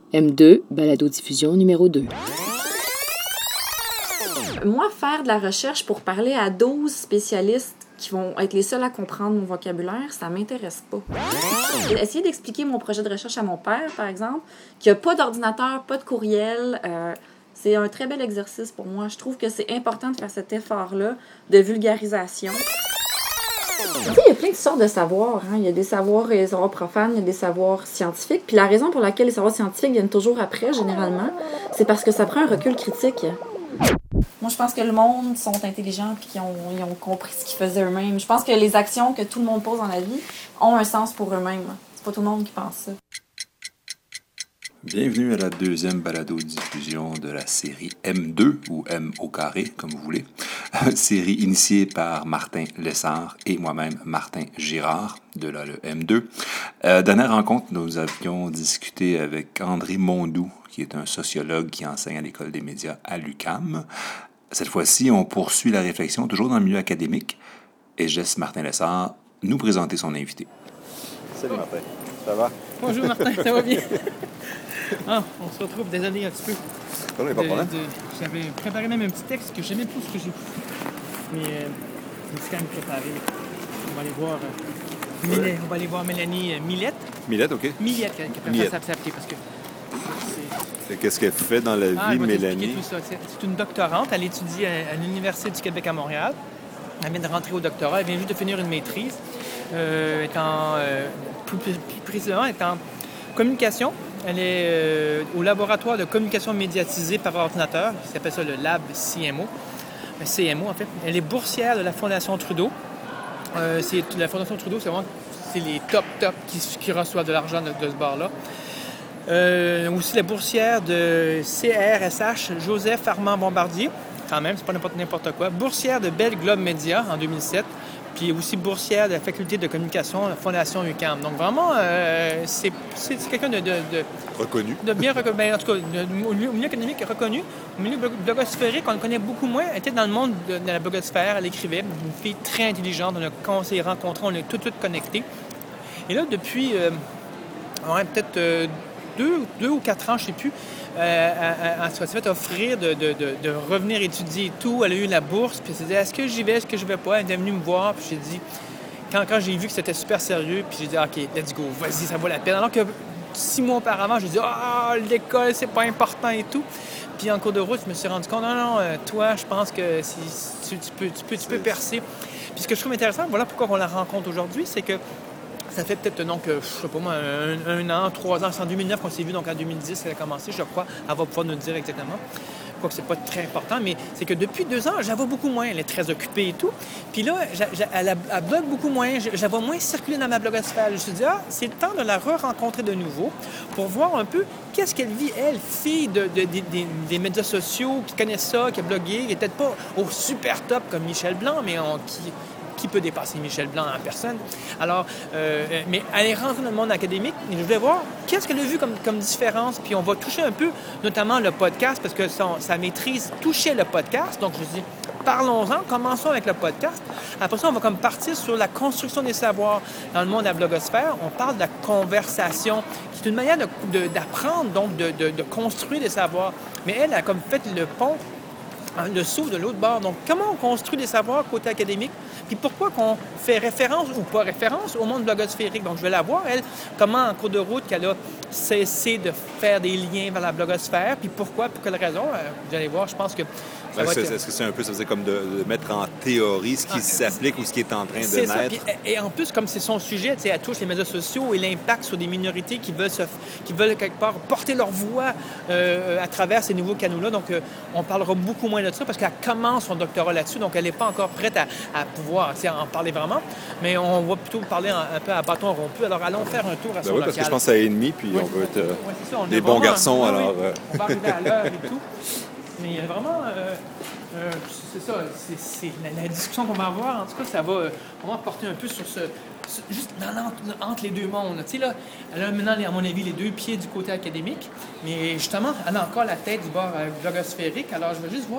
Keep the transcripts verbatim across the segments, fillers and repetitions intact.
M deux, balado-diffusion numéro deux. Moi, faire de la recherche pour parler à douze spécialistes qui vont être les seuls à comprendre mon vocabulaire, ça m'intéresse pas. Essayer d'expliquer mon projet de recherche à mon père, par exemple, qui n'a pas d'ordinateur, pas de courriel, euh, c'est un très bel exercice pour moi. Je trouve que c'est important de faire cet effort-là de vulgarisation. Tu sais, il y a plein de sortes de savoirs. Hein? Il y a des savoirs, il y a des savoirs profanes, il y a des savoirs scientifiques. Puis la raison pour laquelle les savoirs scientifiques viennent toujours après, généralement, c'est parce que ça prend un recul critique. Moi, je pense que le monde sont intelligents et qu'ils ont, ils ont compris ce qu'ils faisaient eux-mêmes. Je pense que les actions que tout le monde pose dans la vie ont un sens pour eux-mêmes. C'est pas tout le monde qui pense ça. Bienvenue à la deuxième balado-diffusion de la série M deux, ou M au carré, comme vous voulez. Série initiée par Martin Lessard et moi-même, Martin Girard, de là le M deux. Euh, dernière rencontre, nous avions discuté avec André Mondou, qui est un sociologue qui enseigne à l'École des médias à l'U Q A M. Cette fois-ci, on poursuit la réflexion, toujours dans le milieu académique, et je laisse Martin Lessard nous présenter son invité. Salut Martin, ça va? Bonjour Martin, ça va bien? Ah, on se retrouve, désolé un petit peu. Non, il n'y a pas de problème. De, j'avais préparé même un petit texte que je n'aimais plus ce que j'ai fait. Mais euh, je me suis quand même préparé. On va aller voir, euh, Mélanie, ouais. on va aller voir Mélanie euh, Millette. Millette, OK. Millette, qui a préféré s'appeler parce que... C'est... Qu'est-ce qu'elle fait dans la vie, ah, Mélanie? Tout ça. C'est, c'est une doctorante. Elle étudie à, à l'Université du Québec à Montréal. Elle vient de rentrer au doctorat. Elle vient juste de finir une maîtrise. Euh, étant, euh, plus, plus précisément, elle est en communication. Elle est euh, au laboratoire de communication médiatisée par ordinateur, qui s'appelle ça le Lab C M O. C M O, en fait. Elle est boursière de la Fondation Trudeau. Euh, c'est, la Fondation Trudeau, c'est vraiment c'est les top, top qui, qui reçoivent de l'argent de, de ce bord-là. Euh, aussi la boursière de C R S H, Joseph Armand Bombardier, quand même, c'est pas n'importe, n'importe quoi. Boursière de Bell Globe Media en deux mille sept. Puis aussi boursière de la faculté de communication, la Fondation U Q A M. Donc vraiment, euh, c'est, c'est, c'est quelqu'un de, de, de... Reconnu. De bien reconnu. Ben, en tout cas, au milieu académique reconnu. Au milieu blogosphérique, on le connaît beaucoup moins. Elle était dans le monde de, de la blogosphère, elle écrivait. Une fille très intelligente, on s'est rencontrés, on est tout de suite connectés. Et là, depuis, euh, ouais, peut-être euh, deux, deux ou quatre ans, je ne sais plus, Euh, elle, elle s'est fait offrir de, de, de, de revenir étudier et tout. Elle a eu la bourse, puis elle s'est dit, est-ce que j'y vais, est-ce que je vais pas? Elle est venue me voir, puis j'ai dit, quand, quand j'ai vu que c'était super sérieux, puis j'ai dit, OK, let's go, vas-y, ça vaut la peine. Alors que six mois auparavant, j'ai dit, ah, oh, l'école, c'est pas important et tout. Puis en cours de route, je me suis rendu compte, non, non, euh, toi, je pense que si, tu, tu, peux, tu, peux, tu peux percer. Puis ce que je trouve intéressant, voilà pourquoi on la rencontre aujourd'hui, c'est que ça fait peut-être donc, je sais pas moi, un, un an, trois ans. C'est en deux mille neuf qu'on s'est vu, donc en deux mille dix, elle a commencé, je crois. Elle va pouvoir nous dire exactement. Quoique c'est pas très important, mais c'est que depuis deux ans, je la vois beaucoup moins. Elle est très occupée et tout. Puis là, elle, elle blogue beaucoup moins. Je, je la vois moins circuler dans ma blogosphère. Je me suis dit, ah, c'est le temps de la re-rencontrer de nouveau pour voir un peu qu'est-ce qu'elle vit, elle, fille de, de, de, de, des médias sociaux, qui connaît ça, qui a blogué, qui n'est peut-être pas au super top comme Michel Blanc, mais on, qui... Qui peut dépasser Michel Blanc en personne? Alors, euh, mais elle est rentrée dans le monde académique et je voulais voir qu'est-ce qu'elle a vu comme, comme différence. Puis on va toucher un peu, notamment le podcast, parce que son, sa maîtrise touchait le podcast. Donc, je me dis, parlons-en, commençons avec le podcast. Après ça, on va comme partir sur la construction des savoirs dans le monde de la blogosphère. On parle de la conversation, qui est une manière de, de, d'apprendre, donc de, de, de construire des savoirs. Mais elle a comme fait le pont, le saut de l'autre bord. Donc, comment on construit des savoirs côté académique? Puis pourquoi qu'on fait référence ou pas référence au monde blogosphérique? Donc, je vais la voir, elle, comment en cours de route qu'elle a cessé de faire des liens vers la blogosphère, puis pourquoi, pour quelle raison? Euh, vous allez voir, je pense que ça ben, va c'est, être... Est-ce que c'est un peu, ça veut dire comme de, de mettre en théorie ce qui ah, s'applique ou ce qui est en train de c'est naître? Ça. Puis, et en plus, comme c'est son sujet, elle touche les médias sociaux et l'impact sur des minorités qui veulent, se, qui veulent quelque part porter leur voix euh, à travers ces nouveaux canaux-là. Donc, euh, on parlera beaucoup moins de ça parce qu'elle commence son doctorat là-dessus, donc elle n'est pas encore prête à, à pouvoir en parler vraiment, mais on va plutôt parler un, un peu à bâton rompu. Alors, allons faire un tour à son ben oui, local. Parce que je pense à ennemi, puis oui, on veut être euh, oui, ça, on des bons garçons, oui, alors... Oui. Euh... On va arriver à l'heure et tout. Mais vraiment, euh, euh, c'est ça, c'est, c'est la, la discussion qu'on va avoir, en tout cas, ça va euh, vraiment porter un peu sur ce... ce juste dans entre les deux mondes. Tu sais, là, elle a maintenant, à mon avis, les deux pieds du côté académique, mais justement, elle a encore la tête du bord euh, blogosphérique. Alors, je vais juste voir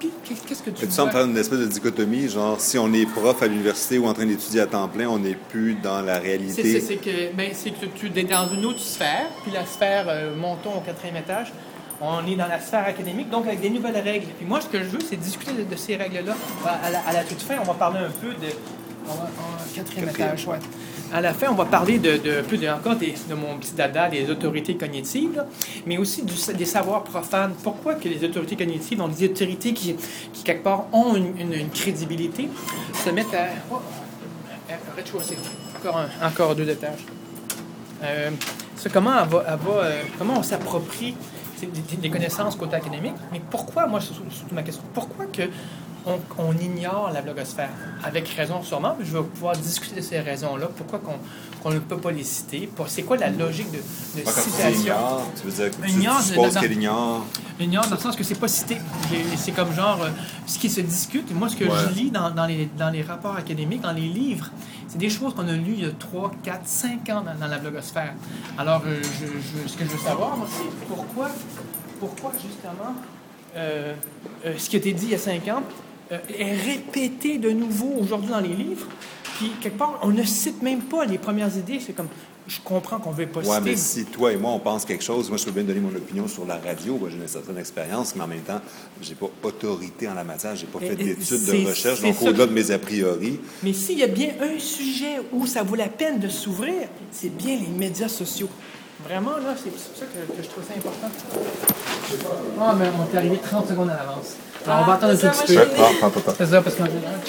Puis, qu'est-ce que tu Tu vois? sembles faire une espèce de dichotomie, genre si on est prof à l'université ou en train d'étudier à temps plein, on n'est plus dans la C'est, réalité. c'est, c'est que, ben, c'est que tu es dans une autre sphère, puis la sphère, euh, montons au quatrième étage, on est dans la sphère académique, donc avec des nouvelles règles. Puis moi, ce que je veux, c'est discuter de, de ces règles-là. À la, à la toute fin, on va parler un peu de... On va, en quatrième, Quatrième. étage, ouais. À la fin, on va parler de, de plus de, encore des, de mon petit dada, des autorités cognitives, là, mais aussi du, des savoirs profanes. Pourquoi que les autorités cognitives, donc des autorités qui, qui quelque part, ont une, une, une crédibilité, se mettent à... Oh, à rez-de-chaussée. Encore, un, encore deux étages. Euh, ça, comment, elle va, elle va, euh, comment on s'approprie des, des, des connaissances côté académique, mais pourquoi, moi, c'est surtout ma question, pourquoi que on, on ignore la blogosphère? Avec raison sûrement, mais je vais pouvoir discuter de ces raisons-là. Pourquoi qu'on qu'on ne peut pas les citer? Pour- C'est quoi la logique de, de Quand tu dis citation? ignore, tu veux dire que tu, Ignore, tu supposes dans- qu'elle ignore. Ignore dans le sens que c'est pas cité. J'ai- C'est comme genre euh, ce qui se discute. Et moi, ce que Ouais. je lis dans, dans, les, dans les rapports académiques, dans les livres, c'est des choses qu'on a lues il y a trois, quatre, cinq ans dans, dans la blogosphère. Alors, euh, je, je- ce que je veux savoir, moi, c'est pourquoi, pourquoi justement, euh, euh, ce qui a été dit il y a cinq ans euh, est répété de nouveau aujourd'hui dans les livres. Puis, quelque part, on ne cite même pas les premières idées. C'est comme, je comprends qu'on ne veut pas Ouais, citer. mais si toi et moi, on pense quelque chose, moi, je peux bien donner mon opinion sur la radio. Moi, j'ai une certaine expérience, mais en même temps, j'ai pas autorité en la matière. J'ai pas fait Et- et d'études c'est- de recherche. c'est Donc, ça au-delà que- de mes a priori, Mais s'il y a bien un sujet où ça vaut la peine de s'ouvrir, c'est bien les médias sociaux. Vraiment, là, c'est pour ça que, que je trouve ça important. Ah, mais on est arrivé trente secondes à l'avance. Alors, on va Ah, attendre un c'est tout ça, petit moi, peu. je suis- Ah, attends, attends. C'est ça, parce qu'on...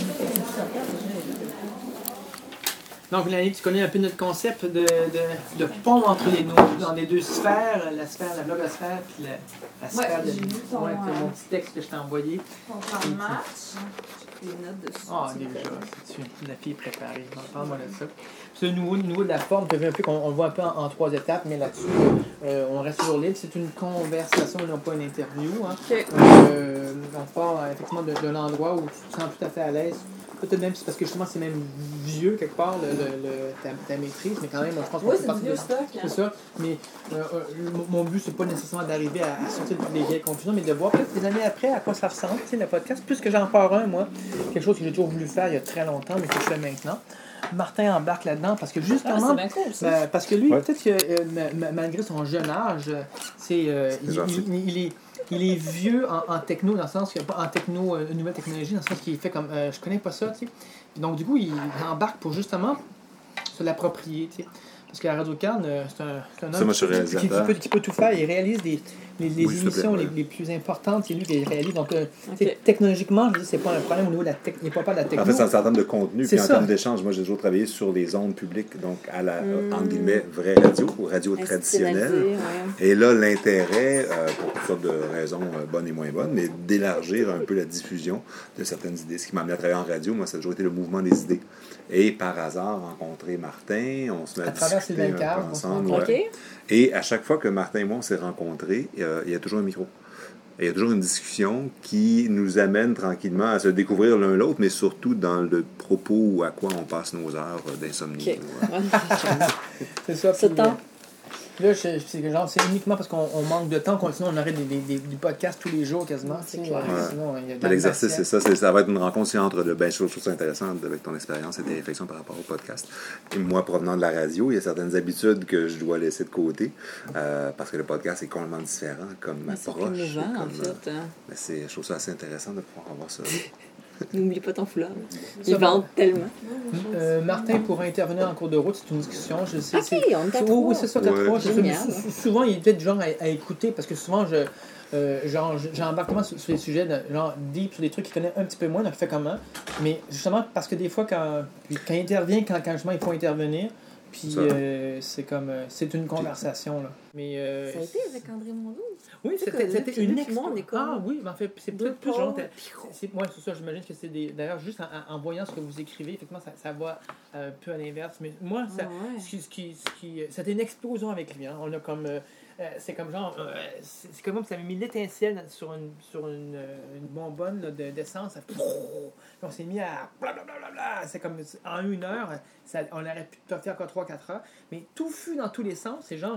Donc, Mélanie, tu connais un peu notre concept de, de, de pont entre les, nos- dans les deux sphères, la sphère, la blogosphère, puis la, la sphère Ouais, de... j'ai vu ton, Ouais, c'est mon euh, petit texte que je t'ai envoyé. On prend le match. J'ai pris des notes dessus. Ah, déjà, c'est la fille préparée. Parle-moi de ça. Puis, au niveau, au niveau de la forme, tu as vu un peu qu'on on le voit un peu en, en trois étapes, mais là-dessus, euh, on reste toujours libre. C'est une conversation et non pas une interview. Hein. OK. Euh, on part euh, effectivement de, de l'endroit où tu te sens tout à fait à l'aise. Peut-être même c'est parce que justement c'est même vieux quelque part le, le, le- ta, ta maîtrise, mais quand même, je pense qu'on Oui, fait c'est partie du vieux de- stock. C'est Hein. ça. Mais euh, euh, mon- mon but, c'est pas nécessairement d'arriver à, à sortir de toutes les vieilles confusions, mais de voir peut-être des années après à quoi ça ressemble, tu sais, le podcast. Plus que j'en pars un, moi, quelque chose que j'ai toujours voulu faire il y a très longtemps, mais que je fais maintenant. Martin embarque là-dedans parce que Ah, justement. c'est bien cool, ça. Ben, parce que lui, Ouais. peut-être que euh, ma- ma- malgré son jeune âge, euh, c'est, euh, il, gentil. il- il est, il est vieux en, en techno, dans le sens qu'il n'y a pas en techno, euh, une nouvelle technologie, dans le sens qu'il fait comme euh, je connais pas ça, tu sais. Puis donc, du coup, il embarque pour justement se l'approprier, tu sais. Parce qu'à Radio-Can, euh, c'est un, c'est un Ça, homme moi, je suis qui, qui- qui réalisateur. peut, qui peut tout faire. Il réalise des, les, les Oui, s'il te plaît, émissions ouais. les, les plus importantes, c'est lui qui les réalise. Donc, euh, Ok. tu sais, technologiquement, je dis, c'est pas un problème au niveau de la technique. Il n'est pas peur de la techno. En fait, c'est en termes de contenu, C'est puis en ça. termes d'échange. Moi, j'ai toujours travaillé sur les ondes publiques, donc à la, Mm. entre guillemets, vraie radio ou radio traditionnelle. Institutionnalisé, ouais. Et là, l'intérêt, euh, pour toutes sortes de raisons euh, bonnes et moins bonnes, mais d'élargir un peu la diffusion de certaines idées. Ce qui m'a amené à travailler en radio, moi, ça a toujours été le mouvement des idées. Et par hasard, rencontrer Martin, on se met à, À travers discuter Sylvain un peu Carve, on se ensemble. OK. ouais. Et à chaque fois que Martin et moi, on s'est rencontrés, euh, il y a toujours un micro. Et il y a toujours une discussion qui nous amène tranquillement à se découvrir l'un l'autre, mais surtout dans le propos ou à quoi on passe nos heures d'insomnie. OK. Ouais. C'est ça. Ce puis, temps. euh, Là, je- c'est que genre, c'est uniquement parce qu'on on manque de temps, qu'on- sinon on aurait des, des, des, des podcasts tous les jours quasiment. C'est tu sais, clair. euh, Ouais. sinon, il y a de Mais la l'exercice, c'est matière. ça. c'est- Ça va être une rencontre aussi entre le. Ben, je trouve je trouve ça intéressant avec ton expérience et tes réflexions par rapport au podcast. Et moi, provenant de la radio, il y a certaines habitudes que je dois laisser de côté euh, parce que le podcast est complètement différent comme Mais c'est approche. plus mouvant, en comme, euh, fait. Hein. ben, c'est- je trouve ça assez intéressant de pouvoir avoir ça. N'oublie pas ton foulard. Ça Ils va. vendent tellement. Euh, Martin pourra intervenir en cours de route, c'est une discussion. Je sais, OK, c'est- on est à c'est- oui, trois. oui, c'est ça, t'as Ouais. trois. c'est ça, mais Génial. sou- sou- souvent, il est peut-être du genre à, à écouter parce que souvent, je. Euh, genre, je- j'embarque vraiment sur, sur les sujets de, genre deep, sur des trucs qu'il connaît un petit peu moins, donc il fait comment. Mais justement, parce que des fois, quand, puis quand il intervient, quand, quand justement il faut intervenir, puis Ça. euh, c'est comme. euh, c'est une conversation, là. Mais. euh, Ça a été avec André Mongeau. Oui, Tu sais c'était que c'était Luc- une Luc Dumont, on est expo. comme Ah oui, mais en fait, c'est deux peut-être plus pôles, genre. puis- c'est- Moi, c'est ça, j'imagine que c'est des. D'ailleurs, juste en, en voyant ce que vous écrivez, effectivement, ça, ça va euh, un peu à l'inverse. Mais moi, ça, Ah ouais. ce qui, ce qui, ce qui, c'était une explosion avec lui. Hein. On a comme. euh, euh, c'est comme genre. euh, c'est c'est comme si ça avait mis l'étincelle sur une, sur une, euh, une bonbonne là, de- d'essence. Ça- Puis on s'est mis à. Blablabla. C'est comme en une heure, ça, on aurait pu toffer encore trois quatre heures. Mais tout fut dans tous les sens. C'est genre.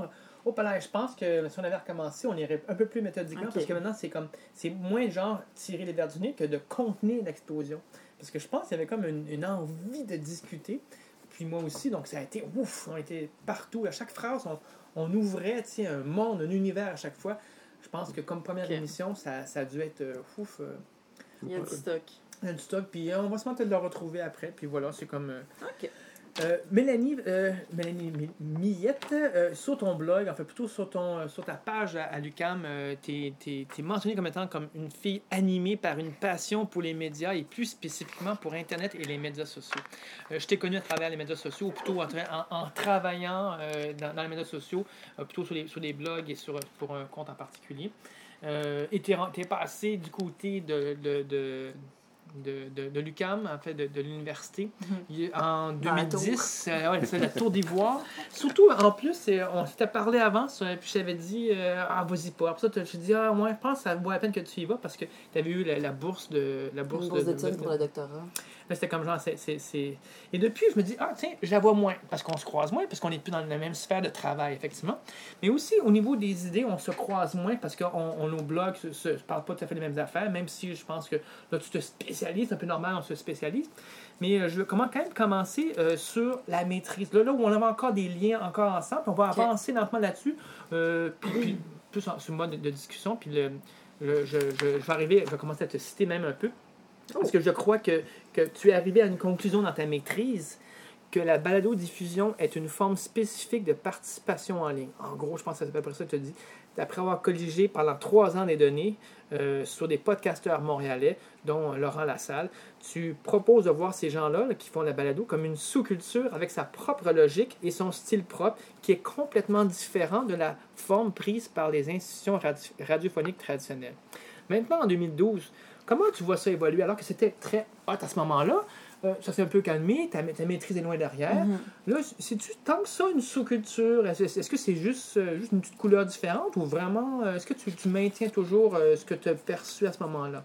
Oh, là, je pense que si on avait recommencé, on irait un peu plus méthodiquement Okay. parce que maintenant, c'est comme c'est moins genre tirer les verres du nez que de contenir l'explosion. Parce que je pense qu'il y avait comme une, une envie de discuter. Puis moi aussi, donc ça a été ouf, on était partout. À chaque phrase, on, on ouvrait un monde, un univers à chaque fois. Je pense que comme première Okay. émission, ça, ça a dû être euh, ouf. Euh, Il y a du stock. il y a du stock, puis euh, on va se mettre de le retrouver après. Puis voilà, c'est comme. Euh, OK. Euh, Mélanie, euh, Mélanie Mi- Millette, euh, sur ton blog, en fait plutôt sur, ton, euh, sur ta page à, à l'U Q A M, euh, tu es mentionnée comme étant comme une fille animée par une passion pour les médias et plus spécifiquement pour Internet et les médias sociaux. Euh, je t'ai connue à travers les médias sociaux, ou plutôt en, tra- en, en travaillant euh, dans, dans les médias sociaux, euh, plutôt sur les, sur les blogs et sur, pour un compte en particulier. Euh, et tu es passé du côté de... de, de de, de, de l'U Q A M, en fait, de, de l'université, mm-hmm. en deux mille dix. Euh, ouais, c'est la Tour d'Ivoire. Surtout, en plus, on s'était parlé avant, puis je t'avais dit, euh, ah, vas-y pas. Après ça, je t'ai dit, ah, ouais, je pense que ça vaut la peine que tu y vas parce que tu avais eu la, la bourse de la bourse Une bourse d'études de, de, pour le doctorat. Là, c'était comme genre, c'est, c'est, c'est... Et depuis, je me dis, ah, tiens, je la vois moins, parce qu'on se croise moins, parce qu'on n'est plus dans la même sphère de travail, effectivement. Mais aussi, au niveau des idées, on se croise moins, parce qu'on on, nos blogs ne se, se parlent pas tout à fait des mêmes affaires, même si je pense que là, tu te spécialises, c'est un peu normal, on se spécialise. Mais euh, je veux comment, quand même commencer euh, sur la maîtrise. Là, là où on avait encore des liens encore ensemble, on va avancer okay. lentement là-dessus, euh, puis, puis plus en, sur le mode de, de discussion, puis le, le, je, je, je vais arriver, je vais commencer à te citer même un peu. Parce que je crois que, que tu es arrivé à une conclusion dans ta maîtrise que la balado-diffusion est une forme spécifique de participation en ligne. En gros, je pense que c'est à peu près ça que tu as dit. Après avoir colligé pendant trois ans des données euh, sur des podcasteurs montréalais, dont Laurent Lassalle, tu proposes de voir ces gens-là là, qui font la balado comme une sous-culture avec sa propre logique et son style propre qui est complètement différent de la forme prise par les institutions radio- radiophoniques traditionnelles. Maintenant, en deux mille douze, comment tu vois ça évoluer alors que c'était très hot à ce moment-là? Euh, ça s'est un peu calmé, ta, ta maîtrise est loin derrière. Mm-hmm. Là, c'est-tu tant que ça une sous-culture? Est-ce, est-ce que c'est juste, euh, juste une petite couleur différente ou vraiment, euh, est-ce que tu, tu maintiens toujours euh, ce que tu as perçu à ce moment-là?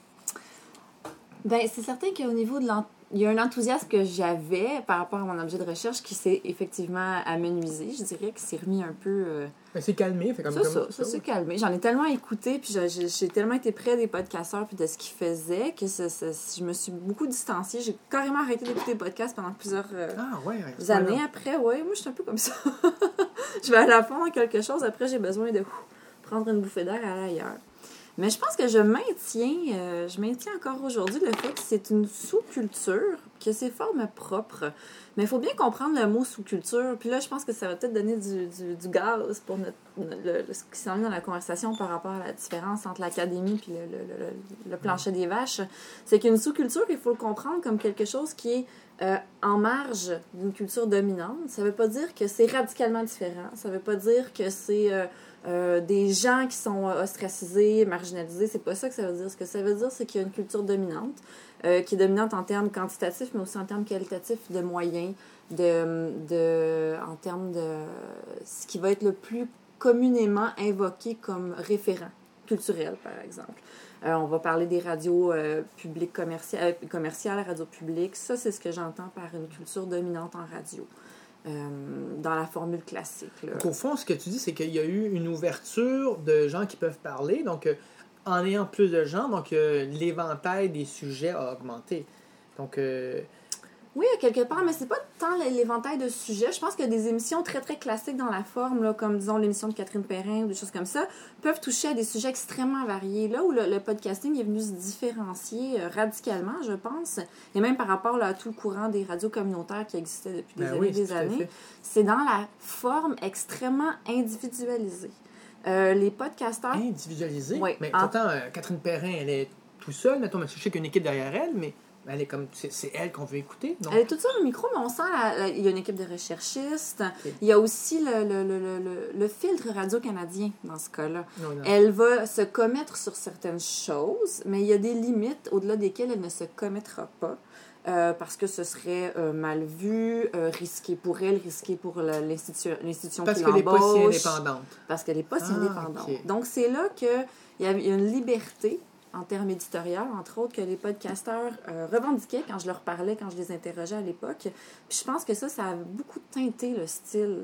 Bien, c'est certain qu'au niveau de l'entreprise, il y a un enthousiasme que j'avais par rapport à mon objet de recherche qui s'est effectivement amenuisé. Je dirais que c'est remis un peu... Euh... C'est calmé. Fait comme, ça, comme ça, ça, ça, c'est calmé. J'en ai tellement écouté, puis j'ai, j'ai tellement été près des podcasteurs puis de ce qu'ils faisaient que ça, ça, je me suis beaucoup distanciée. J'ai carrément arrêté d'écouter des podcasts pendant plusieurs euh, ah, ouais, années là. après. Ouais, moi, je suis un peu comme ça. Je vais à la fond dans quelque chose. Après, j'ai besoin de ouf, prendre une bouffée d'air à l'ailleurs. Mais je pense que je maintiens, euh, je maintiens encore aujourd'hui le fait que c'est une sous-culture, que c'est forme propre. Mais il faut bien comprendre le mot sous-culture. Puis là, je pense que ça va peut-être donner du, du, du gaz pour notre, le, le, ce qui s'en vient dans la conversation par rapport à la différence entre l'académie et le, le, le, le plancher des vaches. C'est qu'une sous-culture, il faut le comprendre comme quelque chose qui est euh, en marge d'une culture dominante. Ça ne veut pas dire que c'est radicalement différent. Ça ne veut pas dire que c'est... Euh, Euh, des gens qui sont ostracisés, marginalisés, c'est pas ça que ça veut dire. Ce que ça veut dire, c'est qu'il y a une culture dominante, euh, qui est dominante en termes quantitatifs, mais aussi en termes qualitatifs de moyens, de, de, en termes de ce qui va être le plus communément invoqué comme référent culturel, par exemple. Euh, on va parler des radios euh, publiques commerciales, euh, commerciales, radios publiques. Ça, c'est ce que j'entends par une culture dominante en radio. Euh, dans la formule classique. Là. Donc, au fond, ce que tu dis, c'est qu'il y a eu une ouverture de gens qui peuvent parler. Donc, euh, en ayant plus de gens, donc euh, l'éventail des sujets a augmenté. Donc, euh... oui, à quelque part, mais c'est pas tant l'éventail de sujets. Je pense que des émissions très, très classiques dans la forme, là, comme, disons, l'émission de Catherine Perrin ou des choses comme ça, peuvent toucher à des sujets extrêmement variés. Là où le, le podcasting est venu se différencier euh, radicalement, je pense, et même par rapport là, à tout le courant des radios communautaires qui existaient depuis des ben années oui, des années, c'est dans la forme extrêmement individualisée. Euh, les podcasteurs... Individualisée? Oui. Mais en... pourtant, euh, Catherine Perrin, elle est tout seule, mettons, mais je sais qu'il y a une équipe derrière elle, mais... Elle est comme, c'est, c'est elle qu'on veut écouter. Donc... Elle est toute seule au micro, mais on sent la, la, il y a une équipe de recherchistes. Okay. Il y a aussi le, le, le, le, le filtre radio-canadien dans ce cas-là. Non, non. Elle va se commettre sur certaines choses, mais il y a des limites au-delà desquelles elle ne se commettra pas. Euh, parce que ce serait euh, mal vu, euh, risqué pour elle, risqué pour la, l'institution, l'institution parce qui l'embauche. Parce qu'elle n'est pas si indépendante. Parce qu'elle n'est pas si ah, indépendante. Okay. Donc, c'est là qu'il y a une liberté en termes éditoriaux, entre autres, que les podcasteurs euh, revendiquaient quand je leur parlais, quand je les interrogeais à l'époque. Puis je pense que ça, ça a beaucoup teinté le style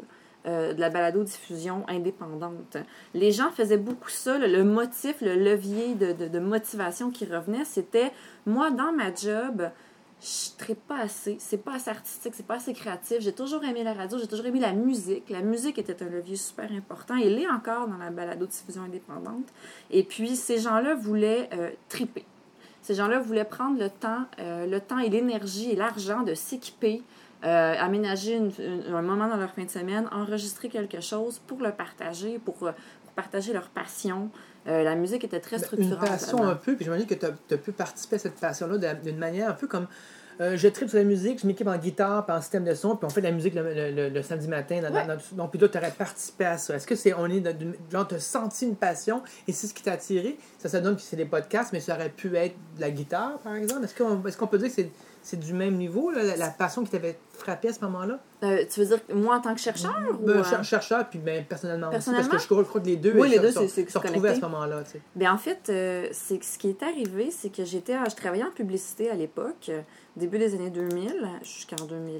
euh, de la balado-diffusion indépendante. Les gens faisaient beaucoup ça. Le, le motif, le levier de, de, de motivation qui revenait, c'était « Moi, dans ma job, je ne tripe pas assez. C'est pas assez artistique, c'est pas assez créatif. J'ai toujours aimé la radio, j'ai toujours aimé la musique. La musique était un levier super important. Elle l'est encore dans la balado-diffusion indépendante. Et puis, ces gens-là voulaient euh, triper. Ces gens-là voulaient prendre le temps, euh, le temps et l'énergie et l'argent de s'équiper, euh, aménager une, une, un moment dans leur fin de semaine, enregistrer quelque chose pour le partager, pour, pour partager leur passion. Euh, la musique était très structurante. Une passion un peu, puis j'imagine que tu as pu participer à cette passion-là d'une manière un peu comme... Euh, je tripe sur la musique, je m'équipe en guitare, puis en système de son, puis on fait de la musique le, le, le, le samedi matin. Dans, ouais. dans, dans, donc, puis là, tu aurais participé à ça. Est-ce que c'est, on est, dans, genre, tu as senti une passion, et c'est ce qui t'a attiré? Ça, ça donne que c'est des podcasts, mais ça aurait pu être de la guitare, par exemple. Est-ce qu'on, est-ce qu'on peut dire que c'est, c'est du même niveau, là, la, la passion qui t'avait frappé à ce moment-là? Euh, tu veux dire moi en tant que chercheur? Ben, ou, euh... Chercheur, puis ben, personnellement, personnellement aussi, parce que je crois que les deux, oui, les se, deux se, c'est, c'est se retrouvaient à ce moment-là. Tu sais. Ben, en fait, euh, c'est, ce qui est arrivé, c'est que j'étais, je travaillais en publicité à l'époque, début des années deux mille, jusqu'en deux mille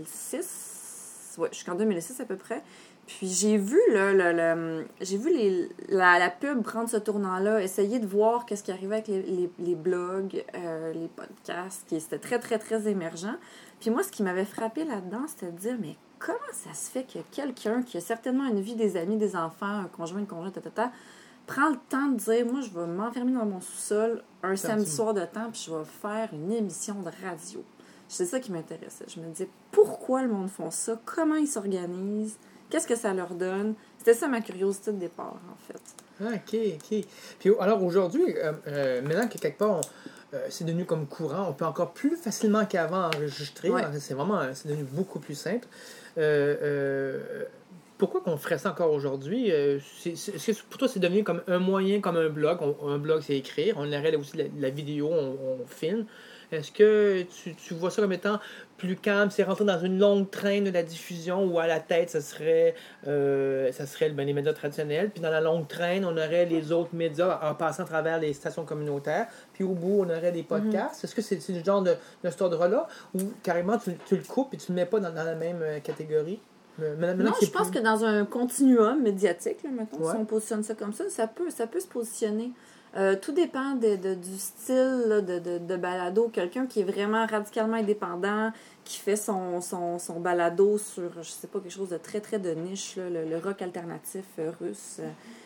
six. Ouais, jusqu'en deux mille six à peu près. Puis j'ai vu, là, le, le, j'ai vu les, la, la pub prendre ce tournant-là, essayer de voir qu'est-ce qui arrivait avec les, les, les blogs, euh, les podcasts, qui c'était très, très, très émergent. Puis moi, ce qui m'avait frappé là-dedans, c'était de dire, mais comment ça se fait que quelqu'un qui a certainement une vie, des amis, des enfants, un conjoint, une conjointe, tata, prend le temps de dire, moi, je vais m'enfermer dans mon sous-sol un ça samedi soir de temps, puis je vais faire une émission de radio. C'est ça qui m'intéressait. Je me disais, pourquoi le monde font ça? Comment ils s'organisent? Qu'est-ce que ça leur donne? C'était ça ma curiosité de départ, en fait. Ah, OK, OK. Puis alors aujourd'hui, euh, euh, maintenant que quelque part, on, euh, c'est devenu comme courant, on peut encore plus facilement qu'avant enregistrer. Ouais. C'est vraiment, c'est devenu beaucoup plus simple. Euh, euh, pourquoi qu'on ferait ça encore aujourd'hui? Euh, c'est, c'est, est-ce que pour toi, c'est devenu comme un moyen, comme un blog? On, un blog, c'est écrire. On aurait aussi la, la vidéo, on, on filme. Est-ce que tu, tu vois ça comme étant plus calme, c'est rentrer dans une longue traîne de la diffusion où à la tête, ça serait, euh, ça serait ben, les médias traditionnels, puis dans la longue traîne, on aurait les autres médias en passant à travers les stations communautaires, puis au bout, on aurait des podcasts. Mm-hmm. Est-ce que c'est, c'est le genre de, de cet ordre-là ou carrément tu, tu le coupes et tu ne le mets pas dans, dans la même catégorie? Maintenant, non, je pense plus... que dans un continuum médiatique, là, mettons, ouais. si on positionne ça comme ça, ça peut, ça peut se positionner. Euh, tout dépend de, de, du style là, de, de, de balado. Quelqu'un qui est vraiment radicalement indépendant, qui fait son, son, son balado sur, je sais pas, quelque chose de très, très de niche, là, le, le rock alternatif euh, russe,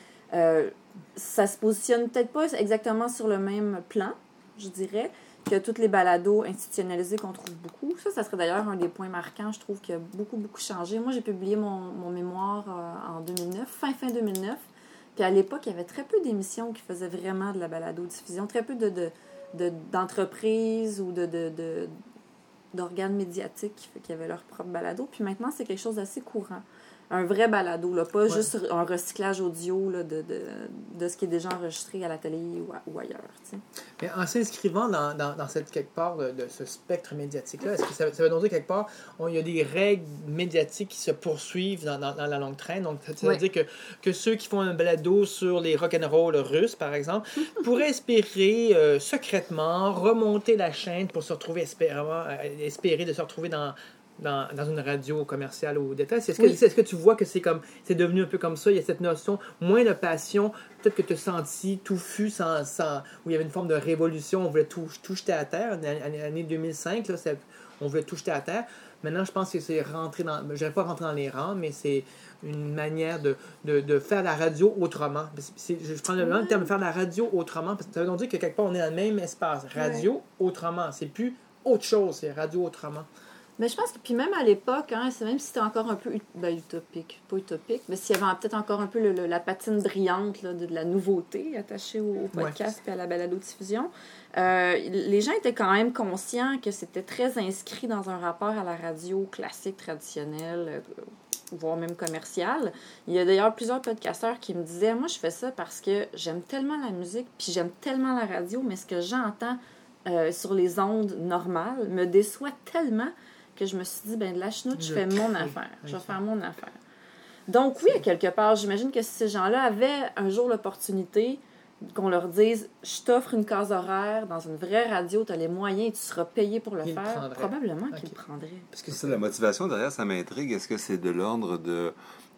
euh, ça se positionne peut-être pas exactement sur le même plan, je dirais, que toutes les balados institutionnalisés qu'on trouve beaucoup. Ça, ça serait d'ailleurs un des points marquants, je trouve, qui a beaucoup, beaucoup changé. Moi, j'ai publié mon, mon mémoire euh, en deux mille neuf, fin, fin deux mille neuf. Puis à l'époque, il y avait très peu d'émissions qui faisaient vraiment de la balado-diffusion, très peu de, de, de, d'entreprises ou de, de, de, d'organes médiatiques qui, qui avaient leur propre balado. Puis maintenant, c'est quelque chose d'assez courant. Un vrai balado, là, pas ouais. juste un recyclage audio là, de, de, de ce qui est déjà enregistré à la télé ou, à, ou ailleurs. T'sais. Mais en s'inscrivant dans, dans, dans cette quelque part de, de ce spectre médiatique-là, est-ce que ça, ça veut donc dire quelque part, il y a des règles médiatiques qui se poursuivent dans, dans, dans la longue traîne? Donc, ça veut ouais. dire que, que ceux qui font un balado sur les rock'n'roll russes, par exemple, pourraient espérer euh, secrètement remonter la chaîne pour se retrouver, espérément, euh, espérer de se retrouver dans... Dans, dans une radio commerciale ou d'État. Est-ce que, oui. est-ce que tu vois que c'est comme c'est devenu un peu comme ça? Il y a cette notion, moins de passion, peut-être que tu as senti touffu, sans, sans, où il y avait une forme de révolution, on voulait tout, tout jeter à terre. En l'année deux mille cinq, là, on voulait tout jeter à terre. Maintenant, je pense que c'est rentré dans... Je ne vais pas rentrer dans les rangs, mais c'est une manière de, de, de faire la radio autrement. C'est, je prends le, ouais. le terme de faire la radio autrement, parce que ça veut donc dire que quelque part, on est dans le même espace. Radio ouais. autrement. C'est plus autre chose, c'est radio autrement. Mais je pense que, puis même à l'époque, hein, c'est même si c'était encore un peu ben, utopique, pas utopique, mais s'il y avait peut-être encore un peu le, le, la patine brillante là, de, de la nouveauté attachée au, au podcast et ouais. à la balado-diffusion, euh, les gens étaient quand même conscients que c'était très inscrit dans un rapport à la radio classique, traditionnelle, euh, voire même commerciale. Il y a d'ailleurs plusieurs podcasteurs qui me disaient, moi je fais ça parce que j'aime tellement la musique, puis j'aime tellement la radio, mais ce que j'entends euh, sur les ondes normales me déçoit tellement que je me suis dit, ben de la chenoute, je fais mon affaire. Je vais faire mon affaire. Donc, oui, à quelque part, j'imagine que si ces gens-là avaient un jour l'opportunité qu'on leur dise, je t'offre une case horaire dans une vraie radio, tu as les moyens et tu seras payé pour le il faire, le probablement okay. qu'ils le prendraient. Parce que ça, la motivation derrière, ça m'intrigue. Est-ce que c'est de l'ordre de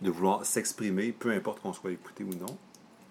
de vouloir s'exprimer, peu importe qu'on soit écouté ou non,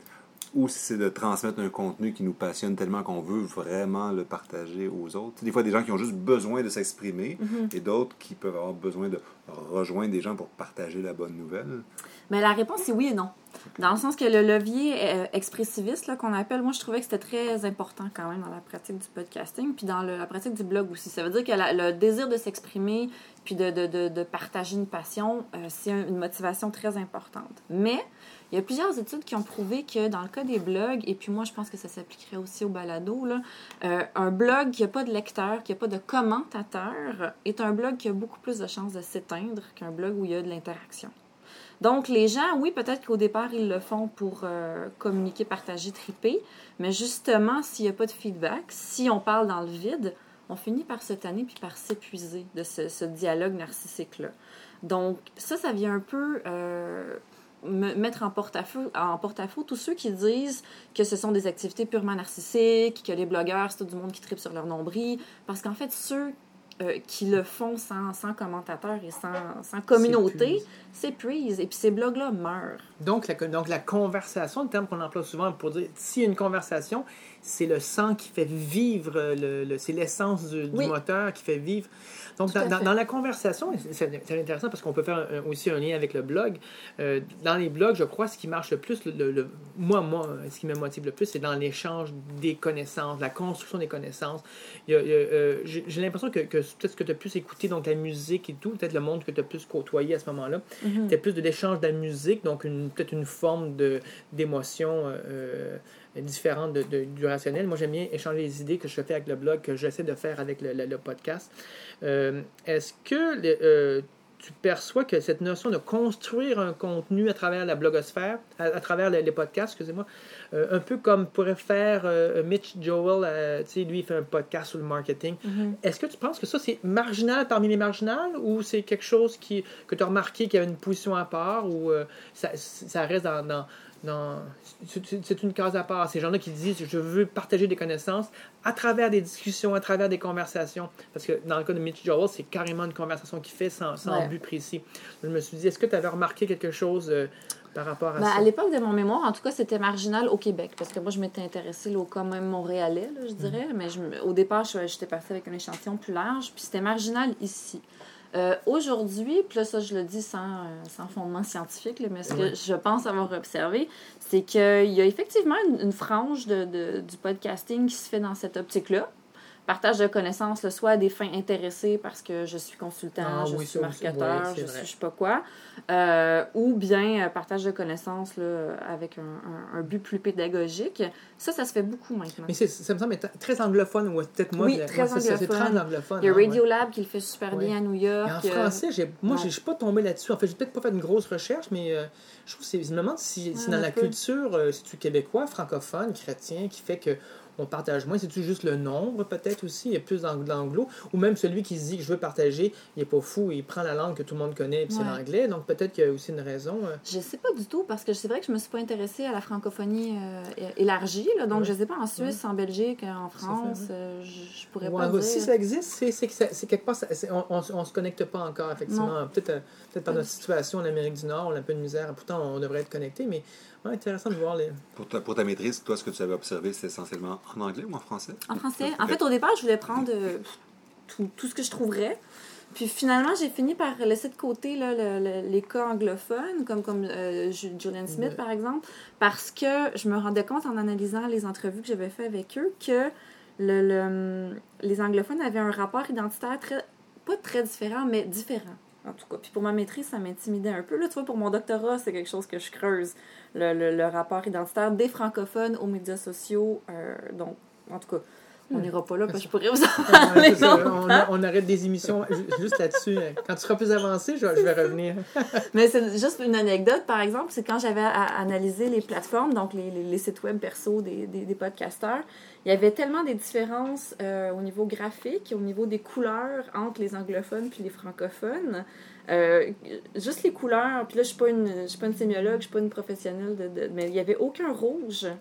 ou si c'est de transmettre un contenu qui nous passionne tellement qu'on veut vraiment le partager aux autres. Des fois, des gens qui ont juste besoin de s'exprimer mm-hmm. et d'autres qui peuvent avoir besoin de rejoindre des gens pour partager la bonne nouvelle. Mais la réponse, c'est oui et non. Dans le sens que le levier euh, expressiviste là, qu'on appelle, moi, je trouvais que c'était très important quand même dans la pratique du podcasting, puis dans le, la pratique du blog aussi. Ça veut dire que la, le désir de s'exprimer puis de, de, de, de partager une passion, euh, c'est une motivation très importante. Mais il y a plusieurs études qui ont prouvé que dans le cas des blogs, et puis moi, je pense que ça s'appliquerait aussi au balado, là, euh, un blog qui n'a pas de lecteur, qui n'a pas de commentateur, est un blog qui a beaucoup plus de chances de s'éteindre qu'un blog où il y a de l'interaction. Donc, les gens, oui, peut-être qu'au départ, ils le font pour euh, communiquer, partager, triper, mais justement, s'il n'y a pas de feedback, si on parle dans le vide, on finit par se tanner puis par s'épuiser de ce, ce dialogue narcissique-là. Donc, ça, ça vient un peu euh, me mettre en porte-à-faux, en porte-à-faux tous ceux qui disent que ce sont des activités purement narcissiques, que les blogueurs, c'est tout du monde qui tripe sur leur nombril, parce qu'en fait, ceux Euh, qui le font sans, sans commentateur et sans, sans communauté, s'épuisent. Et puis ces blogs-là meurent. Donc la, donc, la conversation, le terme qu'on emploie souvent pour dire s'il y a une conversation, c'est le sang qui fait vivre, le, le, c'est l'essence du, du oui. moteur qui fait vivre. Donc, dans, dans, dans la conversation, c'est, c'est intéressant parce qu'on peut faire un, aussi un lien avec le blog. Euh, dans les blogs, je crois, ce qui marche le plus, le, le, le, moi, moi, ce qui me motive le plus, c'est dans l'échange des connaissances, la construction des connaissances. Il y a, il y a, euh, j'ai, j'ai l'impression que, que peut-être ce que tu as plus écouté, donc la musique et tout, peut-être le monde que tu as plus côtoyé à ce moment-là, mm-hmm. c'était plus de l'échange de la musique, donc une, peut-être une forme de, d'émotion euh, différente de, de, du rationnel. Moi, j'aime bien échanger les idées que je fais avec le blog, que j'essaie de faire avec le, le, le podcast. Euh, est-ce que le, euh, tu perçois que cette notion de construire un contenu à travers la blogosphère, à, à travers les, les podcasts, excusez-moi, euh, un peu comme pourrait faire euh, Mitch Joel, euh, tu sais, lui, il fait un podcast sur le marketing. Mm-hmm. Est-ce que tu penses que ça, c'est marginal parmi les marginales ou c'est quelque chose qui, que tu as remarqué qu'il y avait une position à part ou euh, ça, ça reste dans... dans Non, c'est une case à part. Ces gens-là qui disent « je veux partager des connaissances à travers des discussions, à travers des conversations ». Parce que dans le cas de Mitch Joel, c'est carrément une conversation qu'il fait sans, sans ouais. but précis. Je me suis dit, est-ce que tu avais remarqué quelque chose euh, par rapport à ben, ça? À l'époque de mon mémoire, en tout cas, c'était marginal au Québec. Parce que moi, je m'étais intéressée là, au cas même montréalais, là, je dirais. Mm. Mais je, au départ, je, j'étais partie avec un échantillon plus large. Puis c'était marginal ici. Euh, aujourd'hui, puis là, ça, je le dis sans, euh, sans fondement scientifique, là, mais ce que je pense avoir observé, c'est qu'il y a effectivement une, une frange de, de, du podcasting qui se fait dans cette optique-là. Partage de connaissances, là, soit à des fins intéressées parce que je suis consultant, ah, je oui, suis marketeur, oui, je suis je sais pas quoi, euh, ou bien euh, partage de connaissances là, avec un, un, un but plus pédagogique. Ça, ça se fait beaucoup maintenant. Mais c'est, ça me semble être très anglophone, ou peut-être moi, oui, je, très moi anglophone. Ça, c'est très anglophone. Il y a hein, Radiolab ouais. qui le fait super oui. bien à New York. Et en français, j'ai, moi, je ne suis pas tombée là-dessus. En fait, j'ai peut-être pas fait une grosse recherche, mais euh, je trouve que c'est, je me demande si, si ouais, dans la peu. culture, euh, c'est-tu québécois, francophone, chrétien, qui fait que on partage moins, c'est-tu juste le nombre peut-être aussi, il y a plus d'anglo, ou même celui qui se dit que je veux partager, il n'est pas fou, il prend la langue que tout le monde connaît, puis ouais. c'est l'anglais, donc peut-être qu'il y a aussi une raison. Euh... Je sais pas du tout, parce que c'est vrai que je me suis pas intéressée à la francophonie euh, élargie, là, donc ouais. je sais pas en Suisse, ouais. en Belgique, en France, fait, ouais. euh, je, je pourrais ouais, pas dire. Si ça existe, c'est, c'est, c'est, c'est quelque part, ça, c'est, on, on, on se connecte pas encore, effectivement, non. peut-être, euh, peut-être par notre situation en Amérique du Nord, on a un peu de misère, pourtant on devrait être connecté, mais ouais, intéressant de voir les... Pour ta, pour ta maîtrise, toi, ce que tu avais observé, c'est essentiellement en anglais ou en français? En français. En fait, au départ, je voulais prendre euh, tout, tout ce que je trouverais. Puis finalement, j'ai fini par laisser de côté là, le, le, les cas anglophones, comme, comme euh, Julian Smith, ouais. par exemple, parce que je me rendais compte en analysant les entrevues que j'avais faites avec eux que le, le, les anglophones avaient un rapport identitaire très, pas très différent, mais différent. En tout cas. Puis pour ma maîtrise, ça m'intimidait un peu. Là, tu vois, pour mon doctorat, c'est quelque chose que je creuse. Le, le, le rapport identitaire des francophones aux médias sociaux. Euh, donc, en tout cas, on n'ira pas là parce que je pourrais vous en parler. Ouais, on, on arrête des émissions juste là-dessus. Quand tu seras plus avancé, je, je vais revenir. Mais c'est juste une anecdote, par exemple, c'est quand j'avais à analyser les plateformes, donc les, les, les sites web perso des, des, des podcasteurs, il y avait tellement des différences euh, au niveau graphique, au niveau des couleurs entre les anglophones puis les francophones. Euh, juste les couleurs, puis là, je ne suis pas une, je suis pas une sémiologue, je ne suis pas une professionnelle, de, de, mais il n'y avait aucun rouge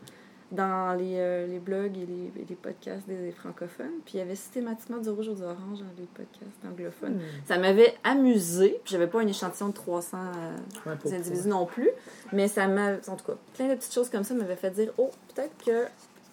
dans les, euh, les blogs et les, et les podcasts des, des francophones. Puis il y avait systématiquement du rouge ou du orange dans les podcasts anglophones. Mm. Ça m'avait amusée. Puis j'avais pas un échantillon de trois cents euh, ouais, individus non plus. Mais ça m'a... En tout cas, plein de petites choses comme ça m'avaient fait dire « Oh, peut-être que... »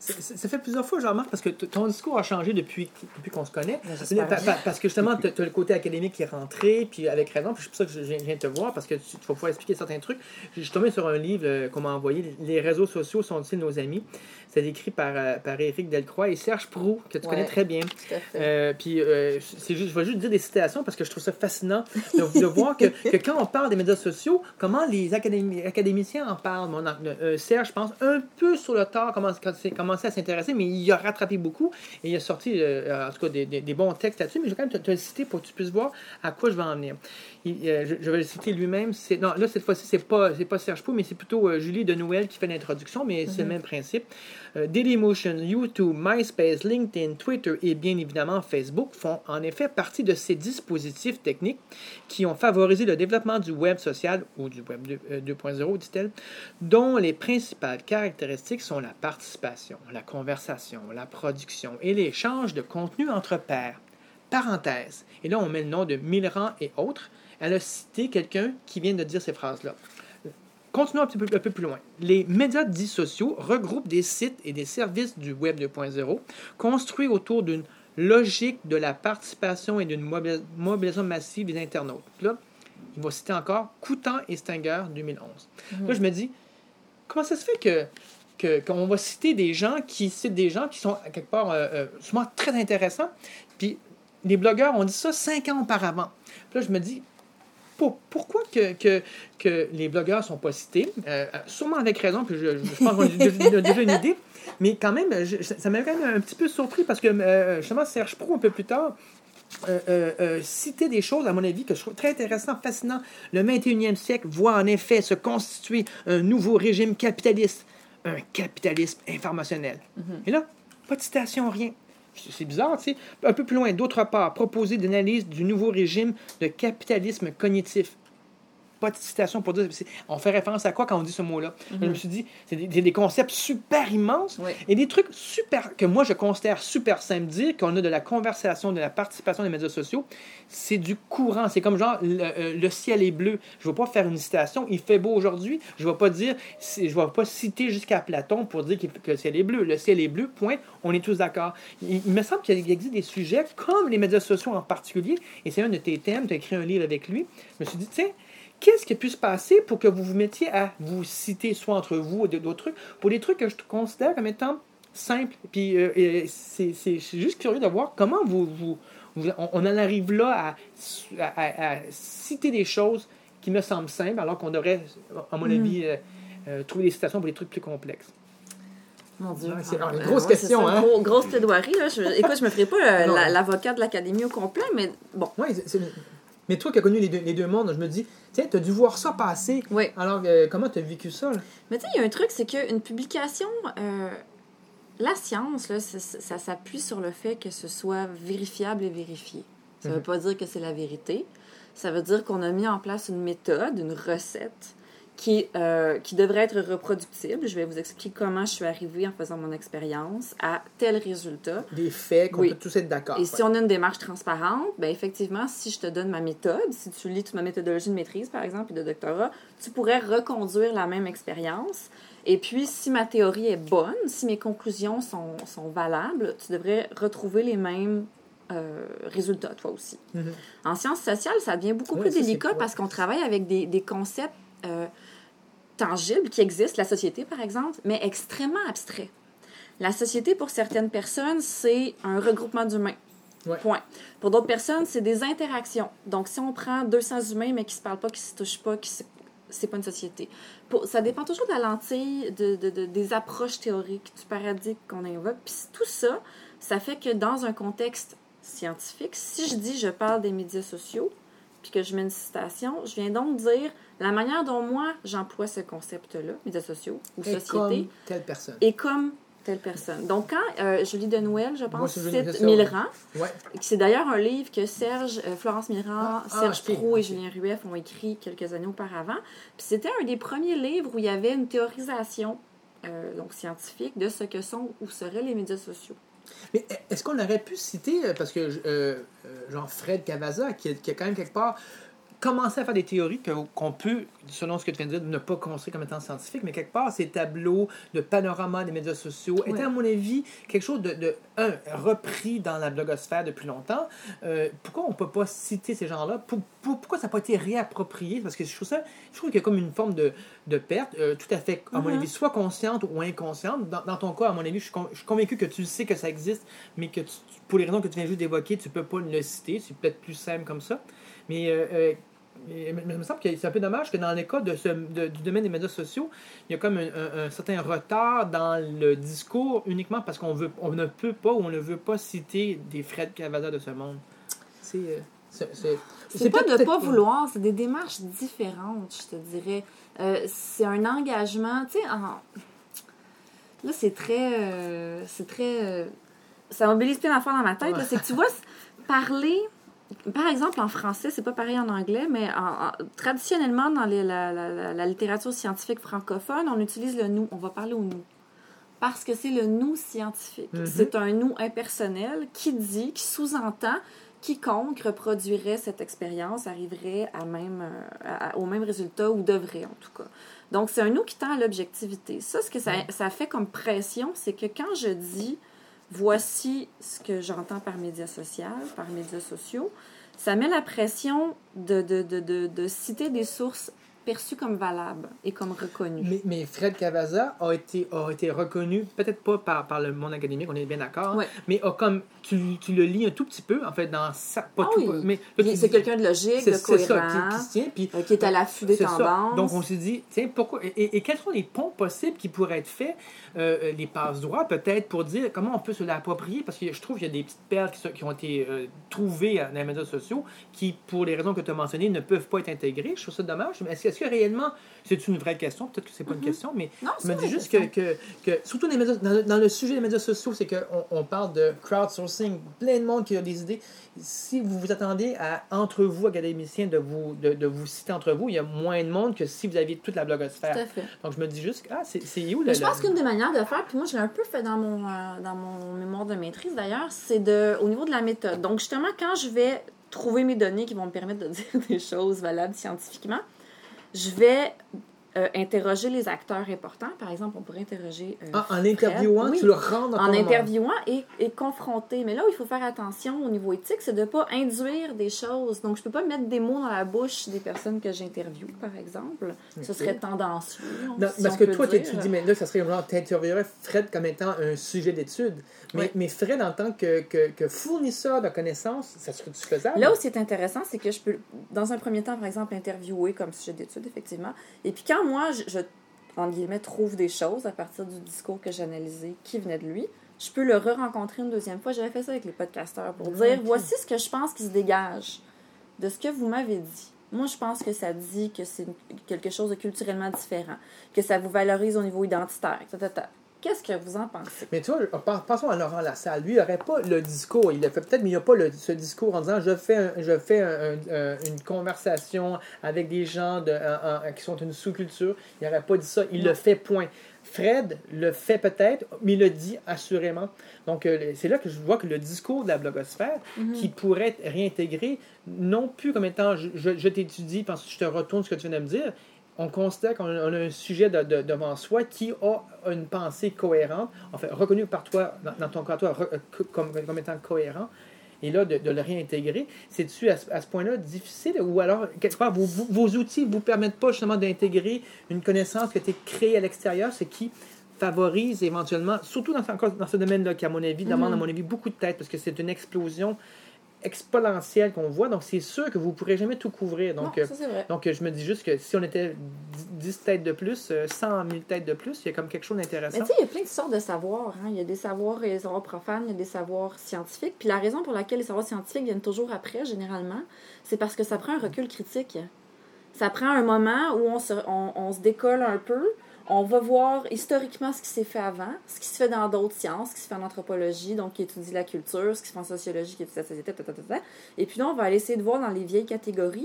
Ça fait plusieurs fois, je remarque, parce que ton discours a changé depuis, depuis qu'on se connaît. Pa, pa, parce que justement, tu as le côté académique qui est rentré, puis avec raison, puis c'est pour ça que je viens te voir, parce que tu, tu vas pouvoir expliquer certains trucs. Je suis tombé sur un livre euh, qu'on m'a envoyé, Les réseaux sociaux sont-ils nos amis? C'est écrit par, euh, par Éric Delcroix et Serge Proulx, que tu ouais, connais très bien. Tout à fait. Euh, puis euh, c'est juste, je vais juste dire des citations, parce que je trouve ça fascinant de, de voir que, que quand on parle des médias sociaux, comment les académi- académiciens en parlent. Mon, euh, Serge, je pense, un peu sur le tard, commence, commencé à s'intéresser, mais il a rattrapé beaucoup et il a sorti, euh, en tout cas, des, des, des bons textes là-dessus, mais je vais quand même te, te le citer pour que tu puisses voir à quoi je vais en venir. Il, euh, je, je vais le citer lui-même. C'est, non, là, cette fois-ci, c'est pas, c'est pas Serge Proulx, mais c'est plutôt euh, Julie de Noël qui fait l'introduction, mais mm-hmm. c'est le même principe. Euh, Dailymotion, YouTube, MySpace, LinkedIn, Twitter et bien évidemment Facebook font en effet partie de ces dispositifs techniques qui ont favorisé le développement du web social, ou du web deux point zéro, dit-elle, dont les principales caractéristiques sont la participation, la conversation, la production et l'échange de contenu entre pairs. Parenthèse. Et là, on met le nom de Millerand et autres. Elle a cité quelqu'un qui vient de dire ces phrases-là. Continuons un, petit peu, un peu plus loin. Les médias dits sociaux regroupent des sites et des services du Web deux point zéro construits autour d'une logique de la participation et d'une mobilisation massive des internautes. Là, il va citer encore Coutan et Stenger, deux mille onze. Mm-hmm. Là, je me dis, comment ça se fait que, que, qu'on va citer des gens qui citent des gens qui sont, à quelque part, euh, euh, souvent très intéressants, puis les blogueurs ont dit ça cinq ans auparavant. Puis là, je me dis, pour, pourquoi que, que, que les blogueurs ne sont pas cités? Euh, sûrement avec raison, puis je, je pense qu'on a déjà, déjà une idée, mais quand même, je, ça m'a quand même un petit peu surpris parce que, euh, justement, Serge Proulx, un peu plus tard, Euh, euh, euh, citer des choses, à mon avis, que je trouve très intéressant, fascinant. Le vingt et unième siècle voit en effet se constituer un nouveau régime capitaliste, un capitalisme informationnel. Mm-hmm. Et là, pas de citation, rien. C'est bizarre, tu sais. Un peu plus loin, d'autre part, proposer une analyse du nouveau régime de capitalisme cognitif. Pas de citation pour dire... On fait référence à quoi quand on dit ce mot-là? Mm-hmm. Je me suis dit, c'est des, des concepts super immenses oui. et des trucs super... que moi, je considère super simples. Dire qu'on a de la conversation, de la participation des médias sociaux, c'est du courant. C'est comme genre, le, euh, le ciel est bleu. Je ne vais pas faire une citation, il fait beau aujourd'hui. Je ne vais pas dire... Je ne vais pas citer jusqu'à Platon pour dire que le ciel est bleu. Le ciel est bleu, point. On est tous d'accord. Il, il me semble qu'il existe des sujets, comme les médias sociaux en particulier, et c'est un de tes thèmes, tu as écrit un livre avec lui. Je me suis dit, tiens, qu'est-ce qui a pu se passer pour que vous vous mettiez à vous citer, soit entre vous ou d'autres trucs, pour des trucs que je considère comme étant simples. Puis euh, c'est, c'est, c'est juste curieux de voir comment vous, vous, vous on, on en arrive là à, à, à citer des choses qui me semblent simples, alors qu'on devrait, à mon mm. avis, euh, euh, trouver des citations pour des trucs plus complexes. Mon Dieu. Ouais, c'est une grosse euh, question, ouais, hein? Gros, grosse plaidoirie, là. Je, écoute, je me ferai pas euh, la, l'avocat de l'Académie au complet, mais bon. Oui, c'est... c'est... Mais toi qui as connu les deux, les deux mondes, je me dis, tiens, tu as dû voir ça passer. Oui. Alors, euh, comment tu as vécu ça? Là? Mais tu sais, il y a un truc, c'est qu'une publication, euh, la science, là, ça, ça s'appuie sur le fait que ce soit vérifiable et vérifié. Ça ne mm-hmm. veut pas dire que c'est la vérité. Ça veut dire qu'on a mis en place une méthode, une recette, qui, euh, qui devrait être reproductible. Je vais vous expliquer comment je suis arrivée en faisant mon expérience à tel résultat. Des faits qu'on oui. peut tous être d'accord. Et ouais. si on a une démarche transparente, bien effectivement, si je te donne ma méthode, si tu lis toute ma méthodologie de maîtrise, par exemple, et de doctorat, tu pourrais reconduire la même expérience. Et puis, si ma théorie est bonne, si mes conclusions sont, sont valables, tu devrais retrouver les mêmes euh, résultats, toi aussi. Mm-hmm. En sciences sociales, ça devient beaucoup oui, plus ça, délicat parce qu'on travaille avec des, des concepts Euh, tangibles qui existent, la société par exemple, mais extrêmement abstrait. La société, pour certaines personnes, c'est un regroupement d'humains. Ouais. Point. Pour d'autres personnes, c'est des interactions. Donc, si on prend deux cents humains, mais qui ne se parlent pas, qui ne se touchent pas, qui se... c'est pas une société. Pour... Ça dépend toujours de la lentille, de, de, de, des approches théoriques, du paradigme qu'on invoque. Puis tout ça, ça fait que dans un contexte scientifique, si je dis je parle des médias sociaux, puis que je mets une citation, je viens donc dire la manière dont moi j'emploie ce concept-là, médias sociaux ou et société, comme telle personne. Et comme telle personne. Donc quand euh, Julie de Noël, je pense, cite Millerand, ouais. c'est d'ailleurs un livre que Serge, euh, Florence Millerand, ah, Serge ah, okay. Proulx et Julien Rueff ont écrit quelques années auparavant. Puis c'était un des premiers livres où il y avait une théorisation euh, donc scientifique de ce que sont ou seraient les médias sociaux. Mais est-ce qu'on aurait pu citer, parce que euh, genre Fred Cavazza, qui a, qui a quand même quelque part commencé à faire des théories que, qu'on peut, selon ce que tu viens de dire, ne pas construire comme étant scientifique, mais quelque part, ces tableaux de panorama des médias sociaux Ouais. étaient, à mon avis, quelque chose de, de un, repris dans la blogosphère depuis longtemps. Euh, pourquoi on ne peut pas citer ces gens-là? Pour, pour, pourquoi ça n'a pas été réapproprié? Parce que je trouve ça, je trouve qu'il y a comme une forme de, de perte, euh, tout à fait, à mon Mm-hmm. avis, soit consciente ou inconsciente. Dans, dans ton cas, à mon avis, je suis, con, je suis convaincu que tu sais que ça existe, mais que tu, pour les raisons que tu viens juste d'évoquer, tu ne peux pas le citer. C'est peut-être plus simple comme ça. Mais euh, euh, il me semble que c'est un peu dommage que dans les cas de ce, de, du domaine des médias sociaux, il y a comme un, un, un certain retard dans le discours uniquement parce qu'on veut, on ne peut pas ou on ne veut pas citer des Fred Cavazza de ce monde. C'est, c'est, c'est, C'est, c'est pas de peut-être pas vouloir, c'est des démarches différentes, je te dirais. Euh, c'est un engagement, tu sais, en... là, c'est très... Euh, c'est très... Euh... ça mobilise plein d'affaires dans ma tête, là. C'est que tu vois, parler... Par exemple, en français, c'est pas pareil en anglais, mais en, en, traditionnellement, dans les, la, la, la, la littérature scientifique francophone, on utilise le nous. On va parler au nous. Parce que c'est le nous scientifique. Mm-hmm. C'est un nous impersonnel qui dit, qui sous-entend quiconque reproduirait cette expérience arriverait à même, à, au même résultat ou devrait, en tout cas. Donc, c'est un nous qui tend à l'objectivité. Ça, ce que ça, ça fait comme pression, c'est que quand je dis voici ce que j'entends par médias sociaux, par médias sociaux, ça met la pression de, de, de, de, de citer des sources perçues comme valables et comme reconnues. Mais, mais Fred Cavazza a été, a été reconnu, peut-être pas par, par le monde académique, on est bien d'accord, ouais. mais a comme, tu, tu le lis un tout petit peu, en fait, dans sa... Pas ah tout, oui. mais, là, c'est dis, quelqu'un de logique, de cohérent, ça, qui, qui, se tient, puis, euh, qui est à l'affût des tendances. Ça. Donc, on s'est dit, tiens, pourquoi... Et, et, et quels sont les ponts possibles qui pourraient être faits, euh, les passe-droits, peut-être, pour dire comment on peut se l'approprier, parce que je trouve qu'il y a des petites perles qui, qui ont été euh, trouvées dans les médias sociaux qui, pour les raisons que tu as mentionnées, ne peuvent pas être intégrées. Je trouve ça dommage. Mais est-ce, est-ce que réellement... C'est une vraie question, peut-être que c'est pas mm-hmm. une question, mais non, je me dis juste que, que, que, surtout les médias, dans, le, dans le sujet des médias sociaux, c'est qu'on on parle de crowdsourcing, plein de monde qui a des idées. Si vous vous attendez à, entre vous, académiciens, de vous, de, de vous citer entre vous, il y a moins de monde que si vous aviez toute la blogosphère. Tout à fait. Donc je me dis juste, ah, c'est, c'est où le... le... Je pense qu'une des manières de faire, puis moi je l'ai un peu fait dans mon, euh, dans mon mémoire de maîtrise d'ailleurs, c'est de, au niveau de la méthode. Donc justement, quand je vais trouver mes données qui vont me permettre de dire des choses valables scientifiquement, je vais euh, interroger les acteurs importants. Par exemple, on pourrait interroger... Euh, ah, en interviewant, oui, tu le rends dans ton En interviewant et, et confronter. Mais là où il faut faire attention au niveau éthique, c'est de ne pas induire des choses. Donc, je ne peux pas mettre des mots dans la bouche des personnes que j'interviewe, par exemple. Okay. Ce serait tendancieux. Non, si parce que toi, tu dis, mais là, ça serait genre, tu interviewerais Fred comme étant un sujet d'étude. Mais, oui. mais Fred, en tant que, que, que fournisseur de connaissances, ça serait-tu faisable? Là où c'est intéressant, c'est que je peux, dans un premier temps, par exemple, interviewer comme sujet d'étude, effectivement. Et puis quand moi, je, je en guillemets, trouve des choses à partir du discours que j'ai analysé qui venait de lui, je peux le re-rencontrer une deuxième fois. J'avais fait ça avec les podcasteurs pour dire, okay. voici ce que je pense qui se dégage de ce que vous m'avez dit. Moi, je pense que ça dit que c'est quelque chose de culturellement différent, que ça vous valorise au niveau identitaire, ta, ta, ta. Qu'est-ce que vous en pensez? Mais tu vois, passons à Laurent Lassalle. Lui, il n'aurait pas le discours. Il l'a fait peut-être, mais il n'a pas le, ce discours en disant « Je fais, un, je fais un, un, une conversation avec des gens de, un, un, qui sont une sous-culture. » Il n'aurait pas dit ça. Il non. le fait, point. Fred le fait peut-être, mais il le dit assurément. Donc, euh, c'est là que je vois que le discours de la blogosphère, mm-hmm. qui pourrait être réintégré, non plus comme étant je, « je, je t'étudie, parce que je te retourne ce que tu viens de me dire », on constate qu'on a un sujet de, de, devant soi qui a une pensée cohérente, en fait, reconnu par toi, dans, dans ton cas, toi, re, comme, comme étant cohérent, et là, de, de le réintégrer. C'est-tu à, à ce point-là difficile, ou alors, quelque part, vos, vos outils ne vous permettent pas justement d'intégrer une connaissance qui a été créée à l'extérieur, ce qui favorise éventuellement, surtout dans, dans ce domaine-là, qui, à mon avis, demande, mm-hmm. à mon avis, beaucoup de tête, parce que c'est une explosion exponentielle qu'on voit, donc c'est sûr que vous ne pourrez jamais tout couvrir. Donc, non, ça, c'est vrai. donc je me dis juste que si on était dix têtes de plus, cent mille têtes de plus, il y a comme quelque chose d'intéressant. Mais tu sais, il y a plein de sortes de savoirs. Hein? Il y a des savoirs, il y a des savoirs profanes, il y a des savoirs scientifiques. Puis la raison pour laquelle les savoirs scientifiques viennent toujours après, généralement, c'est parce que ça prend un recul critique. Ça prend un moment où on se, on, on se décolle un peu. On va voir historiquement ce qui s'est fait avant, ce qui se fait dans d'autres sciences, ce qui se fait en anthropologie, donc qui étudie la culture, ce qui se fait en sociologie, qui étudie la société, ta, ta, ta, ta. Et puis là, on va aller essayer de voir dans les vieilles catégories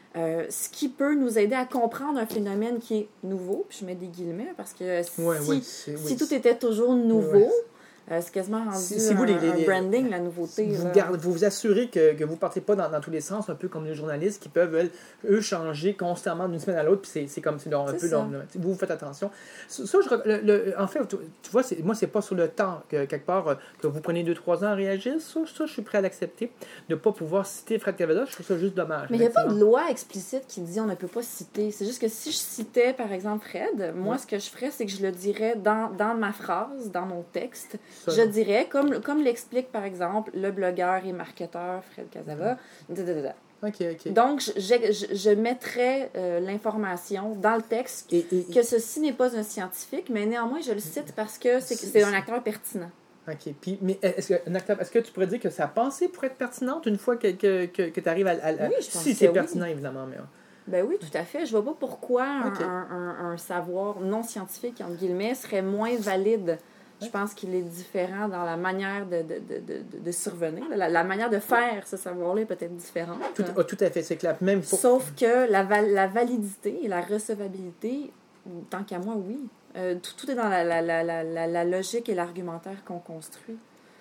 Euh, ce qui peut nous aider à comprendre un phénomène qui est nouveau, puis je mets des guillemets, parce que si, Ouais, ouais, c'est- si oui, tout c'est- était toujours nouveau, Ouais. euh, c'est quasiment rendu Si- si un, vous, les- les- un les- branding, la nouveauté. Vous, là. gardez- vous vous assurez que, que vous ne partez pas dans, dans tous les sens, un peu comme les journalistes qui peuvent, eux, eux, changer constamment d'une semaine à l'autre, puis c'est, c'est comme c'est leur- un C'est peu ça. leur- vous, vous faites attention. Ça, ça, je, le- le- en fait, tu, tu vois, c'est, moi, c'est pas sur le temps que quelque part euh, que vous prenez deux trois ans à réagir. Ça, ça, je suis prêt à l'accepter. De ne pas pouvoir citer Fred Cavada, je trouve ça juste dommage. Mais il n'y a pas de effectivement. loi explicite qui dit on ne peut pas citer. C'est juste que si je citais, par exemple, Fred, moi, Ouais. ce que je ferais, c'est que je le dirais dans, dans ma phrase, dans mon texte. Ça, Je dirais, comme, comme l'explique, par exemple, le blogueur et marketeur Fred Casava, da, da, da, da. OK, OK. Donc, je, je, je mettrais euh, l'information dans le texte Et, et- que ceci n'est pas un scientifique, mais néanmoins, je le cite parce que c'est, c'est un acteur pertinent. OK. Puis, mais est-ce que, un acteur- est-ce que tu pourrais dire que sa pensée pourrait être pertinente une fois que, que, que, que tu arrives à... à- à- Oui, je pense si que c'est oui. pertinent, évidemment. Mais, Ben oui, tout à fait. Je vois pas pourquoi un, Ok. un, un- un savoir non scientifique, entre guillemets, serait moins valide. Je pense qu'il est différent dans la manière de, de, de, de, de survenir. La, la manière de faire ce savoir-là est peut-être différente. tout, oh, tout à fait, c'est clair. Même pour... Sauf que la, val- la validité et la recevabilité, tant qu'à moi, oui. Euh, tout, tout est dans la, la, la, la, la- la logique et l'argumentaire qu'on construit.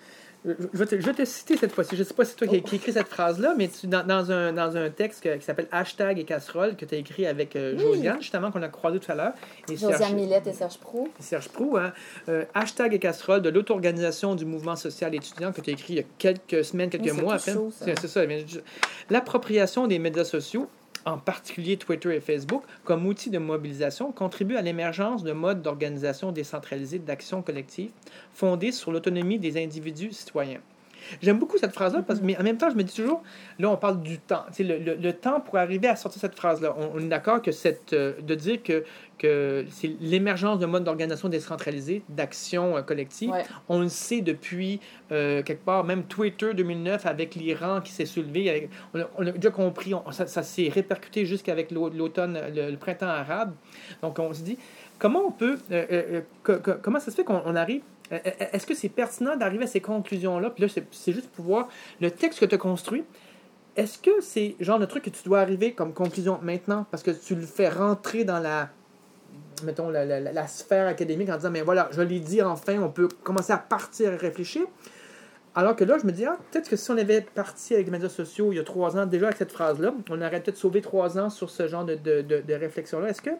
Je je vais, te, je vais te citer cette fois-ci. Je ne sais pas si c'est toi qui, qui écrit cette phrase-là, mais tu- dans, dans, un, dans un texte que- qui s'appelle Hashtag et casserole, que tu as écrit avec euh, Oui. Josiane, justement, qu'on a croisé tout à l'heure. Et Serge- Josiane Millette et Serge Proulx. Serge Proulx, hein, euh, Hashtag et casserole de l'auto-organisation du mouvement social étudiant que tu as écrit il y a quelques semaines, quelques Oui, c'est mois à tout peine. chaud, ça. C'est c'est ça. mais je- L'appropriation des médias sociaux, en particulier Twitter et Facebook, comme outil de mobilisation, contribue à l'émergence de modes d'organisation décentralisés d'action collective fondés sur l'autonomie des individus citoyens. J'aime beaucoup cette phrase-là, parce, mais en même temps, je me dis toujours, là, on parle du temps. Tu sais, le, le, le temps pour arriver à sortir cette phrase-là. On, on est d'accord que cette, euh, de dire que, que c'est l'émergence de modes d'organisation décentralisée, d'action euh, collective. Ouais. On le sait depuis, euh, quelque part, même Twitter deux mille neuf, avec l'Iran qui s'est soulevé. Avec, on, a, on a déjà compris, on- ça, ça s'est répercuté jusqu'avec l'au- l'automne, le, le printemps arabe. Donc, on se dit, comment on peut, euh, euh, co- co- comment ça se fait qu'on on arrive, euh, est-ce que c'est pertinent d'arriver à ces conclusions-là? Puis là, c'est, c'est juste pour voir le texte que tu as construit. Est-ce que c'est genre le truc que tu dois arriver comme conclusion maintenant parce que tu le fais rentrer dans la, mettons, la, la, la- la sphère académique en disant, mais voilà, je l'ai dit enfin, on peut commencer à partir et réfléchir. Alors que là, je me dis, ah, peut-être que si on avait parti avec les médias sociaux il y a trois ans, déjà avec cette phrase-là, on aurait peut-être sauvé trois ans sur ce genre de, de, de, de réflexion-là. Est-ce que,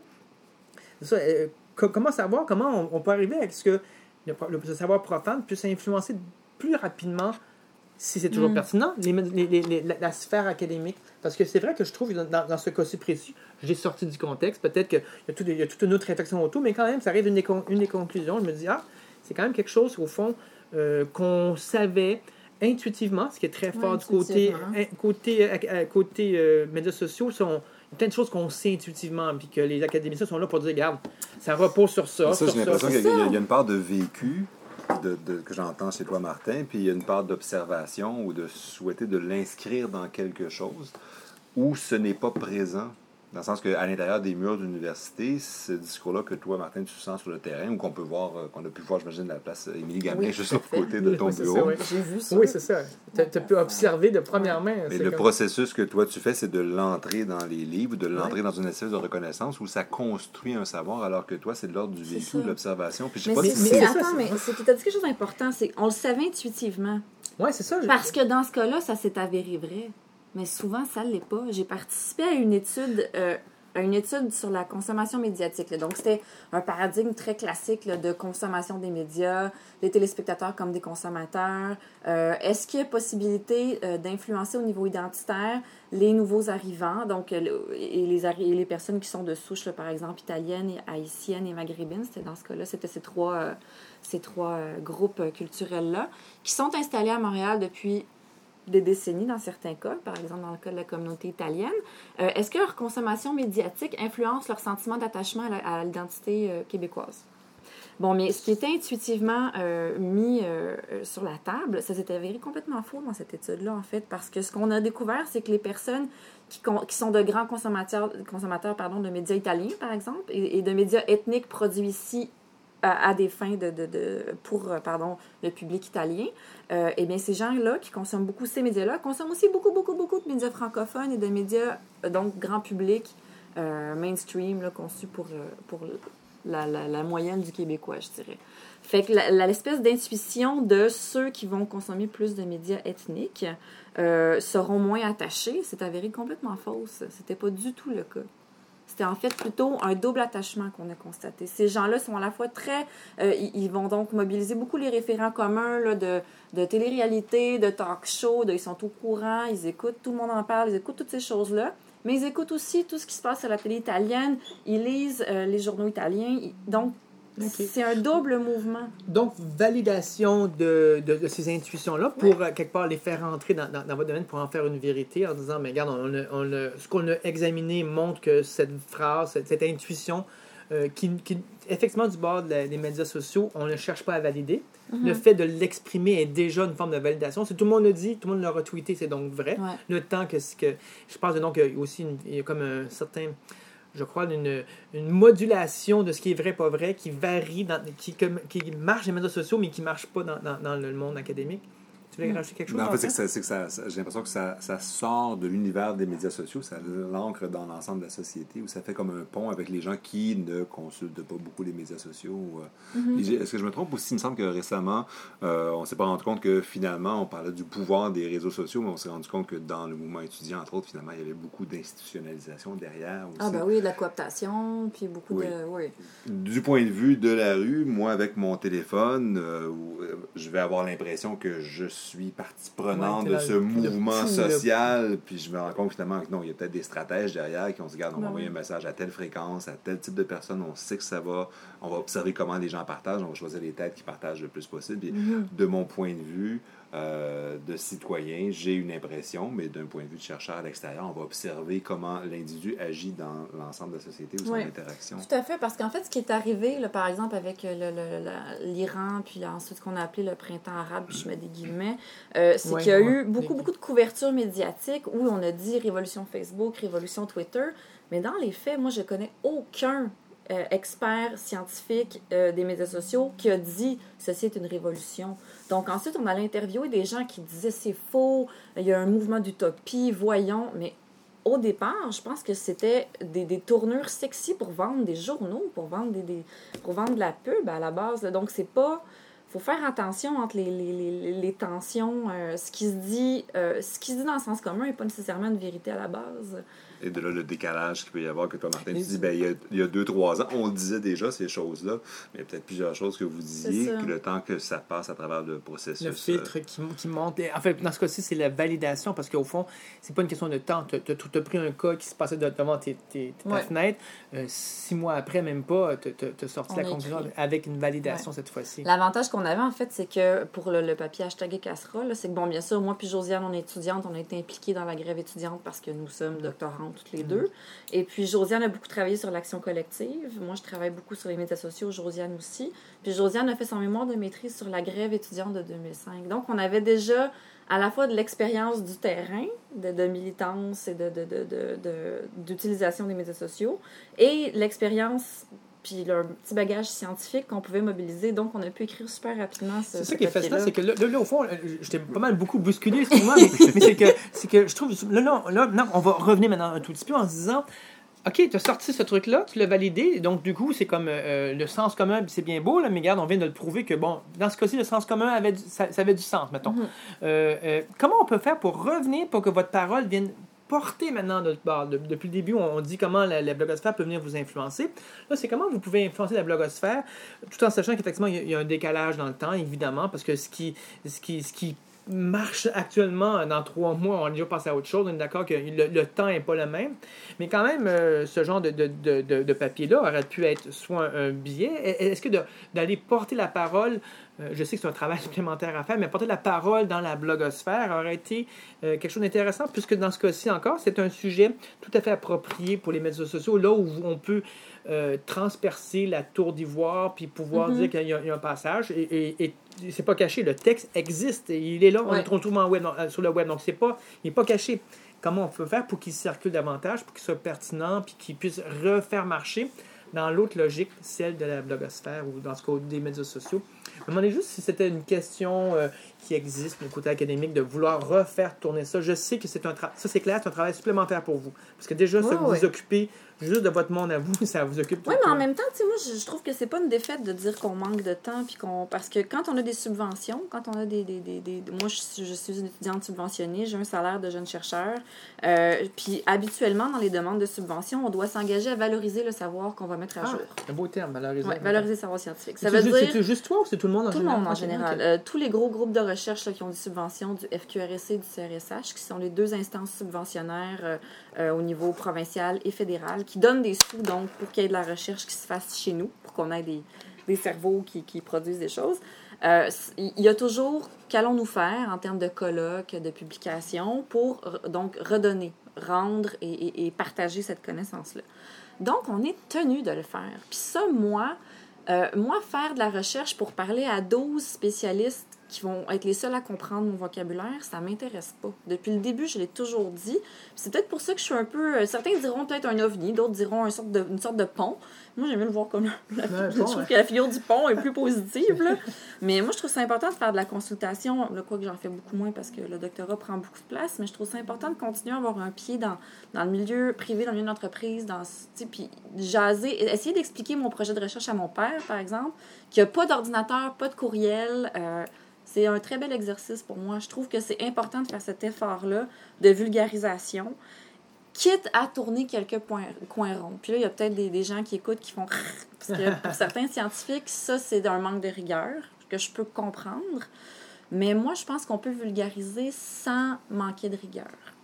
ça, euh, co- comment savoir, comment on, on peut arriver avec ce que le, le- le savoir profane puisse influencer plus rapidement, si c'est toujours Mm. pertinent, les, les, les, les- la, la sphère académique. Parce que c'est vrai que je trouve, dans, dans, dans ce cas-ci précis, je l'ai sorti du contexte, peut-être qu'il y a, tout, il y a toute une autre réflexion autour, mais quand même, ça arrive une des, con- une des conclusions. Je me dis, ah, c'est quand même quelque chose, au fond, euh, qu'on savait intuitivement, ce qui est très fort Ouais, du côté, intuitivement. hein, côté, euh, euh, côté euh, médias sociaux, sont il y a plein de choses qu'on sait intuitivement, puis que les académiciens sont là pour dire, regarde, ça repose sur ça, Ça, sur j'ai l'impression ça. qu'il y, a- il y a- il y a une part de vécu de, de- que j'entends chez toi, Martin, puis il y a une part d'observation ou de souhaiter de l'inscrire dans quelque chose où ce n'est pas présent. Dans le sens qu'à l'intérieur des murs d'université, ce discours-là que toi, Martin, tu sens sur le terrain, ou qu'on peut voir, euh, qu'on a pu voir, j'imagine, la place Émilie Gamelin, Oui, juste tout à au fait. côté de ton Oui, c'est ça, bureau. oui. J'ai vu ça. Oui, c'est ça. Tu as pu observer de première main. Mais c'est le comme- processus que toi tu fais, c'est de l'entrer dans les livres, de l'entrer dans une espèce de reconnaissance où ça construit un savoir, alors que toi, c'est de l'ordre du C'est vécu, ça. de l'observation. Puis je sais Mais pas c'est, si mais c'est- c'est ça, attends, c'est- mais c'est que tu as dit quelque chose d'important, c'est qu'on le savait intuitivement. Ouais, c'est ça. je- Parce que dans ce cas-là, ça s'est avéré vrai. Mais souvent, ça ne l'est pas. J'ai participé à une étude, euh, à une étude sur la consommation médiatique. là. Donc, c'était un paradigme très classique là, de consommation des médias, les téléspectateurs comme des consommateurs. Euh, est-ce qu'il y a possibilité euh, d'influencer au niveau identitaire les nouveaux arrivants, donc euh, le- et les, arri- et les personnes qui sont de souche, là, par exemple, italiennes, et haïtiennes et maghrébines? C'était dans ce cas-là, c'était ces trois, euh, ces trois euh, groupes euh, culturels-là, qui sont installés à Montréal depuis des décennies dans certains cas, par exemple dans le cas de la communauté italienne. Euh, est-ce que leur consommation médiatique influence leur sentiment d'attachement à, la- à l'identité euh, québécoise? Bon, mais ce qui était intuitivement euh, mis euh, euh, sur la table, ça s'est avéré complètement faux dans cette étude-là, en fait, parce que ce qu'on a découvert, c'est que les personnes qui, con- qui sont de grands consommateurs, consommateurs pardon, de médias italiens, par exemple, et, et de médias ethniques produits ici à, à des fins de, de, de pour euh, pardon, le public italien, euh, eh bien, ces gens-là qui consomment beaucoup ces médias-là consomment aussi beaucoup, beaucoup, beaucoup de médias francophones et de médias, euh, donc, grand public, euh, mainstream, là, conçus pour, euh, pour la, la, la moyenne du Québécois, je dirais. Fait que la, la, l'espèce d'intuition de ceux qui vont consommer plus de médias ethniques euh, seront moins attachés, c'est avéré complètement fausse. C'était pas du tout le cas. C'était en fait plutôt un double attachement qu'on a constaté. Ces gens-là sont à la fois très... Euh, ils, ils vont donc mobiliser beaucoup les référents communs là, de, de télé-réalité, de talk-show, de, ils sont au courant, ils écoutent, tout le monde en parle, ils écoutent toutes ces choses-là. Mais ils écoutent aussi tout ce qui se passe à la télé italienne, ils lisent euh, les journaux italiens. Ils, donc, okay. C'est un double mouvement. Donc, validation de, de, de ces intuitions-là pour, ouais. euh, quelque part, les faire rentrer dans, dans, dans votre domaine pour en faire une vérité en disant, mais regarde, on a, on a, ce qu'on a examiné montre que cette phrase, cette, cette intuition, euh, qui, qui, effectivement, du bord de la, des médias sociaux, on ne cherche pas à valider. Mm-hmm. Le fait de l'exprimer est déjà une forme de validation. Si tout le monde le dit, tout le monde l'a retweeté, c'est donc vrai. Ouais. Le temps que, que... Je pense donc qu'il y a aussi une, il y a comme un certain... je crois, une, une modulation de ce qui est vrai, pas vrai, qui varie, dans, qui, qui marche dans les médias sociaux, mais qui ne marche pas dans, dans, dans le monde académique. Tu voulais rajouter quelque chose? Non, en fait, c'est que, ça, c'est que ça, ça, j'ai l'impression que ça, ça sort de l'univers des médias sociaux, ça l'ancre dans l'ensemble de la société, où ça fait comme un pont avec les gens qui ne consultent pas beaucoup les médias sociaux. Mm-hmm. Est-ce que je me trompe aussi? Il me semble que récemment, euh, on ne s'est pas rendu compte que finalement, on parlait du pouvoir des réseaux sociaux, mais on s'est rendu compte que dans le mouvement étudiant, entre autres, finalement, il y avait beaucoup d'institutionnalisation derrière aussi. Ah ben oui, de la cooptation, puis beaucoup oui. de... Oui. Du point de vue de la rue, moi, avec mon téléphone, euh, je vais avoir l'impression que je suis partie prenante ouais, de ce mouvement social, puis je me rends compte finalement que non, il y a peut-être des stratèges derrière qui ont dit, regarde, on va envoyer un message à telle fréquence, à tel type de personne, on sait que ça va, on va observer comment les gens partagent, on va choisir les têtes qui partagent le plus possible. Puis, mm-hmm. de mon point de vue euh, de citoyen, j'ai une impression, mais d'un point de vue de chercheur à l'extérieur, on va observer comment l'individu agit dans l'ensemble de la société ou son oui. interaction. Tout à fait, parce qu'en fait, ce qui est arrivé, là, par exemple, avec le, le, le, l'Iran, puis là, ensuite ce qu'on a appelé le printemps arabe, puis je mets des guillemets, euh, c'est oui, qu'il y a oui. eu beaucoup, beaucoup de couverture médiatique où on a dit révolution Facebook, révolution Twitter, mais dans les faits, moi, je connais aucun euh, expert scientifique euh, des médias sociaux qui a dit « ceci est une révolution ». Donc ensuite, on allait interviewer des gens qui disaient « c'est faux, il y a un mouvement d'utopie, voyons », mais au départ, je pense que c'était des, des tournures sexy pour vendre des journaux, pour vendre, des, des, pour vendre de la pub à la base. Là. Donc, c'est pas... Il faut faire attention entre les, les, les, les tensions. Euh, ce, qui se dit, euh, ce qui se dit dans le sens commun n'est pas nécessairement une vérité à la base. Et de là, le décalage qu'il peut y avoir, que toi, Martin, tu dis, ben, il y a, il y a deux, trois ans, on disait déjà ces choses-là, mais il y a peut-être plusieurs choses que vous disiez, que le temps que ça passe à travers le processus. Le filtre euh... qui, qui monte. En fait, dans ce cas-ci, c'est la validation, parce qu'au fond, c'est pas une question de temps. Tu as pris un cas qui se passait devant tes, tes, ta ouais. fenêtre. Euh, six mois après, même pas, tu as sorti on la conclusion avec une validation ouais. cette fois-ci. L'avantage qu'on avait, en fait, c'est que pour le, le papier hashtag et casserole, c'est que, bon, bien sûr, moi puis Josiane, on est étudiante, on a été impliqués dans la grève étudiante parce que nous sommes doctorantes toutes les mmh. deux. Et puis, Josiane a beaucoup travaillé sur l'action collective. Moi, je travaille beaucoup sur les médias sociaux, Josiane aussi. Puis, Josiane a fait son mémoire de maîtrise sur la grève étudiante de deux mille cinq. Donc, on avait déjà à la fois de l'expérience du terrain, de, de militance et de, de, de, de, de, d'utilisation des médias sociaux, et l'expérience... puis leur petit bagage scientifique qu'on pouvait mobiliser. Donc, on a pu écrire super rapidement ce C'est ça qui est fascinant, c'est que là, là, au fond, j'étais pas mal beaucoup bousculé, excuse-moi, mais, mais c'est, que, c'est que je trouve... Là, là, là, non, on va revenir maintenant un tout petit peu en se disant... OK, tu as sorti ce truc-là, tu l'as validé, donc du coup, c'est comme euh, le sens commun, c'est bien beau, là, mais regarde, on vient de le prouver que, bon, dans ce cas-ci, le sens commun, avait du, ça, ça avait du sens, mettons. Mm-hmm. Euh, euh, comment on peut faire pour revenir, pour que votre parole vienne... porter maintenant notre bord. De, depuis le début, on dit comment la, la blogosphère peut venir vous influencer. Là, c'est comment vous pouvez influencer la blogosphère, tout en sachant qu'effectivement, il y, a, il y a un décalage dans le temps, évidemment, parce que ce qui, ce qui, ce qui marche actuellement, dans trois mois, on a déjà passé à autre chose, on est d'accord que le, le temps n'est pas le même, mais quand même, euh, ce genre de, de, de, de, de papier-là aurait pu être soit un, un billet. Est-ce que de, d'aller porter la parole, euh, je sais que c'est un travail supplémentaire à faire, mais porter la parole dans la blogosphère aurait été euh, quelque chose d'intéressant, puisque dans ce cas-ci encore, c'est un sujet tout à fait approprié pour les médias sociaux, là où on peut euh, transpercer la tour d'ivoire, puis pouvoir mm-hmm. dire qu'il y a, il y a un passage, et, et, et c'est pas caché, le texte existe, et il est là, ouais. on le trouve en web, non, sur le web, donc c'est pas, il n'est pas caché. Comment on peut faire pour qu'il circule davantage, pour qu'il soit pertinent, puis qu'il puisse refaire marcher dans l'autre logique, celle de la blogosphère ou dans ce cas des médias sociaux. Je me demandais juste si c'était une question euh, qui existe du côté académique de vouloir refaire tourner ça. Je sais que c'est un tra- ça c'est clair, c'est un travail supplémentaire pour vous. Parce que déjà, Ouais, ça vous ouais. occupez juste de votre monde à vous, ça vous occupe tout Oui, le mais temps. en même temps, tu sais, moi, je, je trouve que c'est pas une défaite de dire qu'on manque de temps, puis qu'on... Parce que quand on a des subventions, quand on a des... des, des, des... Moi, je suis, je suis une étudiante subventionnée, j'ai un salaire de jeune chercheur, euh, puis habituellement, dans les demandes de subvention, on doit s'engager à valoriser le savoir qu'on va mettre à Ah, jour. un beau terme, valoriser. Ouais, valoriser le savoir scientifique. Ça C'est veut juste, dire... c'est juste toi ou c'est tout le monde en Tout le général? monde en Ok, général. ok. Euh, tous les gros groupes de recherche là, qui ont des subventions du F Q R S C et du C R S H, qui sont les deux instances subventionnaires euh, euh, au niveau provincial et fédéral, qui donnent des sous donc pour qu'il y ait de la recherche qui se fasse chez nous, pour qu'on ait des, des cerveaux qui, qui produisent des choses. Euh, il y a toujours qu'allons-nous faire en termes de colloques, de publications, pour donc redonner, rendre et, et, et partager cette connaissance-là. Donc, on est tenu de le faire. Puis ça, moi... Euh, moi, faire de la recherche pour parler à douze spécialistes qui vont être les seuls à comprendre mon vocabulaire, ça m'intéresse pas. Depuis le début, je l'ai toujours dit. Puis c'est peut-être pour ça que je suis un peu... Certains diront peut-être un ovni, d'autres diront une sorte de, une sorte de pont. Moi, j'aime mieux le voir comme... La, Ouais, je bon, trouve ouais. que la figure du pont est plus positive, là. Mais moi, je trouve ça important de faire de la consultation. Là, quoi que j'en fais beaucoup moins parce que le doctorat prend beaucoup de place, mais je trouve ça important de continuer à avoir un pied dans, dans le milieu privé, dans le milieu de l'entreprise, dans, tu sais, puis jaser, essayer d'expliquer mon projet de recherche à mon père, par exemple, qui n'a pas d'ordinateur, pas de courriel. Euh, c'est un très bel exercice pour moi. Je trouve que c'est important de faire cet effort-là de vulgarisation, quitte à tourner quelques points, coins ronds. Puis là, il y a peut-être des, des gens qui écoutent qui font... Parce que pour certains scientifiques, ça, c'est un manque de rigueur que je peux comprendre. Mais moi, je pense qu'on peut vulgariser sans manquer de rigueur.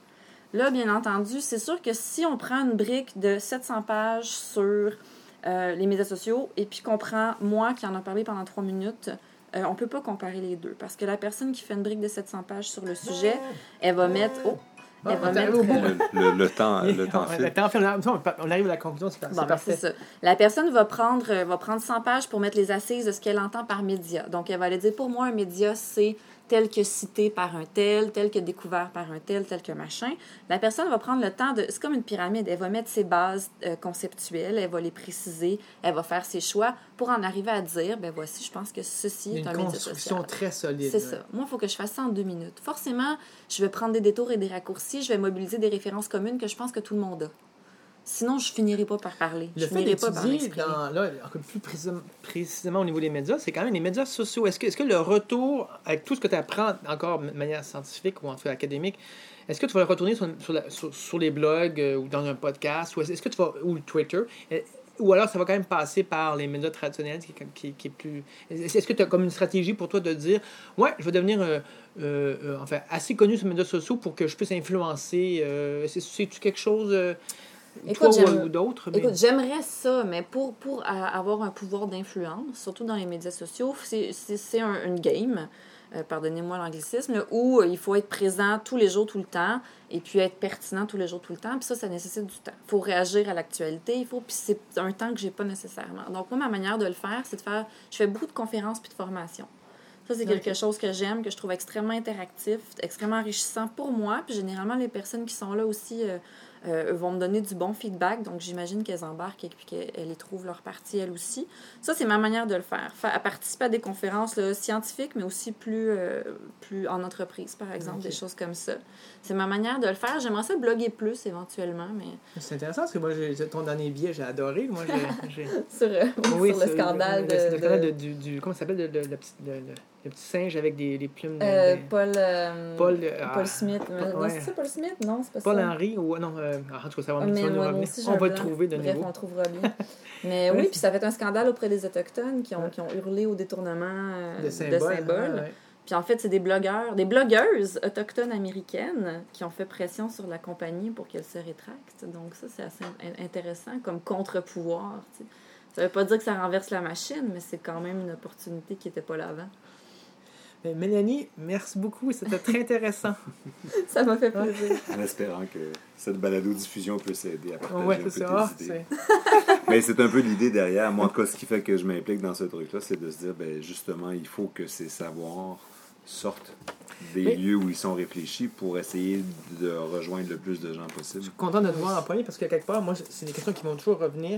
Là, bien entendu, c'est sûr que si on prend une brique de sept cents pages sur euh, les médias sociaux et puis qu'on prend moi qui en a parlé pendant trois minutes... Euh, on ne peut pas comparer les deux. Parce que la personne qui fait une brique de sept cents pages sur le sujet, elle va mettre... Oh, elle va Ah, mettre... au bout. euh, Le, le- le temps, le temps Le file. temps file. On arrive à la conclusion, c'est Bon, c'est ben, parfait. c'est ça. La personne va prendre, euh, va prendre cent pages pour mettre les assises de ce qu'elle entend par média. Donc, elle va aller dire, pour moi, un média, c'est tel que cité par un tel, tel que découvert par un tel, tel que machin. La personne va prendre le temps de... C'est comme une pyramide. Elle va mettre ses bases euh, conceptuelles, elle va les préciser, elle va faire ses choix pour en arriver à dire, ben voici, je pense que ceci Il y est a un une média construction social. très solide. C'est ouais. ça. Moi, il faut que je fasse ça en deux minutes. Forcément, je vais prendre des détours et des raccourcis, je vais mobiliser des références communes que je pense que tout le monde a. Sinon, je finirai pas par parler. Le je fait finirai pas par d'étudier, m'exprimer. dans, là, encore plus précisément, précisément au niveau des médias, c'est quand même les médias sociaux. Est-ce que, est-ce que le retour, avec tout ce que tu apprends encore de manière scientifique ou en tout cas académique, est-ce que tu vas le retourner sur, sur, la- sur- sur les blogs euh, ou dans un podcast ou est-ce que tu vas, ou Twitter euh, ou alors ça va quand même passer par les médias traditionnels qui, qui, qui est plus... Est-ce est-ce que tu as comme une stratégie pour toi de dire « Ouais, je vais devenir euh, euh, euh, enfin, assez connu sur les médias sociaux pour que je puisse influencer... Euh, c'est, c'est-tu quelque chose... Euh, Écoute, toi ou, j'aime- ou d'autres? mais- Écoute, j'aimerais ça, mais pour, pour euh, avoir un pouvoir d'influence, surtout dans les médias sociaux, c'est, c'est, c'est un, une game, euh, pardonnez-moi l'anglicisme, là, où euh, il faut être présent tous les jours, tout le temps, et puis être pertinent tous les jours, tout le temps. Puis ça, ça nécessite du temps. Il faut réagir à l'actualité, il faut, puis c'est un temps que j'ai pas nécessairement. Donc, moi, ma manière de le faire, c'est de faire... Je fais beaucoup de conférences puis de formations. Ça, c'est quelque Ok. chose que j'aime, que je trouve extrêmement interactif, extrêmement enrichissant pour moi. Puis généralement, les personnes qui sont là aussi euh, euh, vont me donner du bon feedback. Donc, j'imagine qu'elles embarquent et puis qu'elles y trouvent leur partie, elles aussi. Ça, c'est ma manière de le faire. Faire participer à des conférences là, scientifiques, mais aussi plus, euh, plus en entreprise, par exemple, Ok. des choses comme ça. C'est ma manière de le faire. J'aimerais ça bloguer plus, éventuellement, mais C'est intéressant parce que moi, j'ai, ton dernier billet, j'ai adoré. Moi, j'ai, j'ai... sur, euh, Oui, sur le c'est- scandale le, de... le scandale de- de- du, du... Comment ça s'appelle? Le, le, le petit, le, le- le petit singe avec des, des plumes. de- euh, de- Paul, euh, Paul, euh, Paul ah, Smith. Mais- Non, ouais. c'est ça, Paul Smith? Non, c'est pas Paul ça. Henry ou... Non, euh, en tout cas, ça va, Ah, ça mais va nous moi, moi revenir. aussi, j'ai On un va le blanc. trouver de Bref, nouveau. on le trouvera bien. Mais Ouais, oui, c'est- puis ça fait un scandale auprès des Autochtones qui ont, qui ont hurlé au détournement euh, De symboles. symboles. ouais, ouais. Puis en fait, c'est des blogueurs, des blogueuses autochtones américaines qui ont fait pression sur la compagnie pour qu'elle se rétracte. Donc ça, c'est assez in- intéressant comme contre-pouvoir. Tu sais. Ça veut pas dire que ça renverse la machine, mais c'est quand même une opportunité qui n'était pas là avant. Mais Mélanie, merci beaucoup. C'était très intéressant. Ça m'a fait plaisir. En espérant que cette balado-diffusion peut s'aider à partager Ouais, un peu c'est tes ça. Ah, idées. c'est... Mais c'est un peu l'idée derrière. Moi, en tout cas, ce qui fait que je m'implique dans ce truc-là, c'est de se dire, ben, justement, il faut que ces savoirs sortent des Mais- lieux où ils sont réfléchis pour essayer de rejoindre le plus de gens possible. Je suis content de te voir en premier parce que quelque part, moi, c'est des questions qui vont toujours revenir. Puis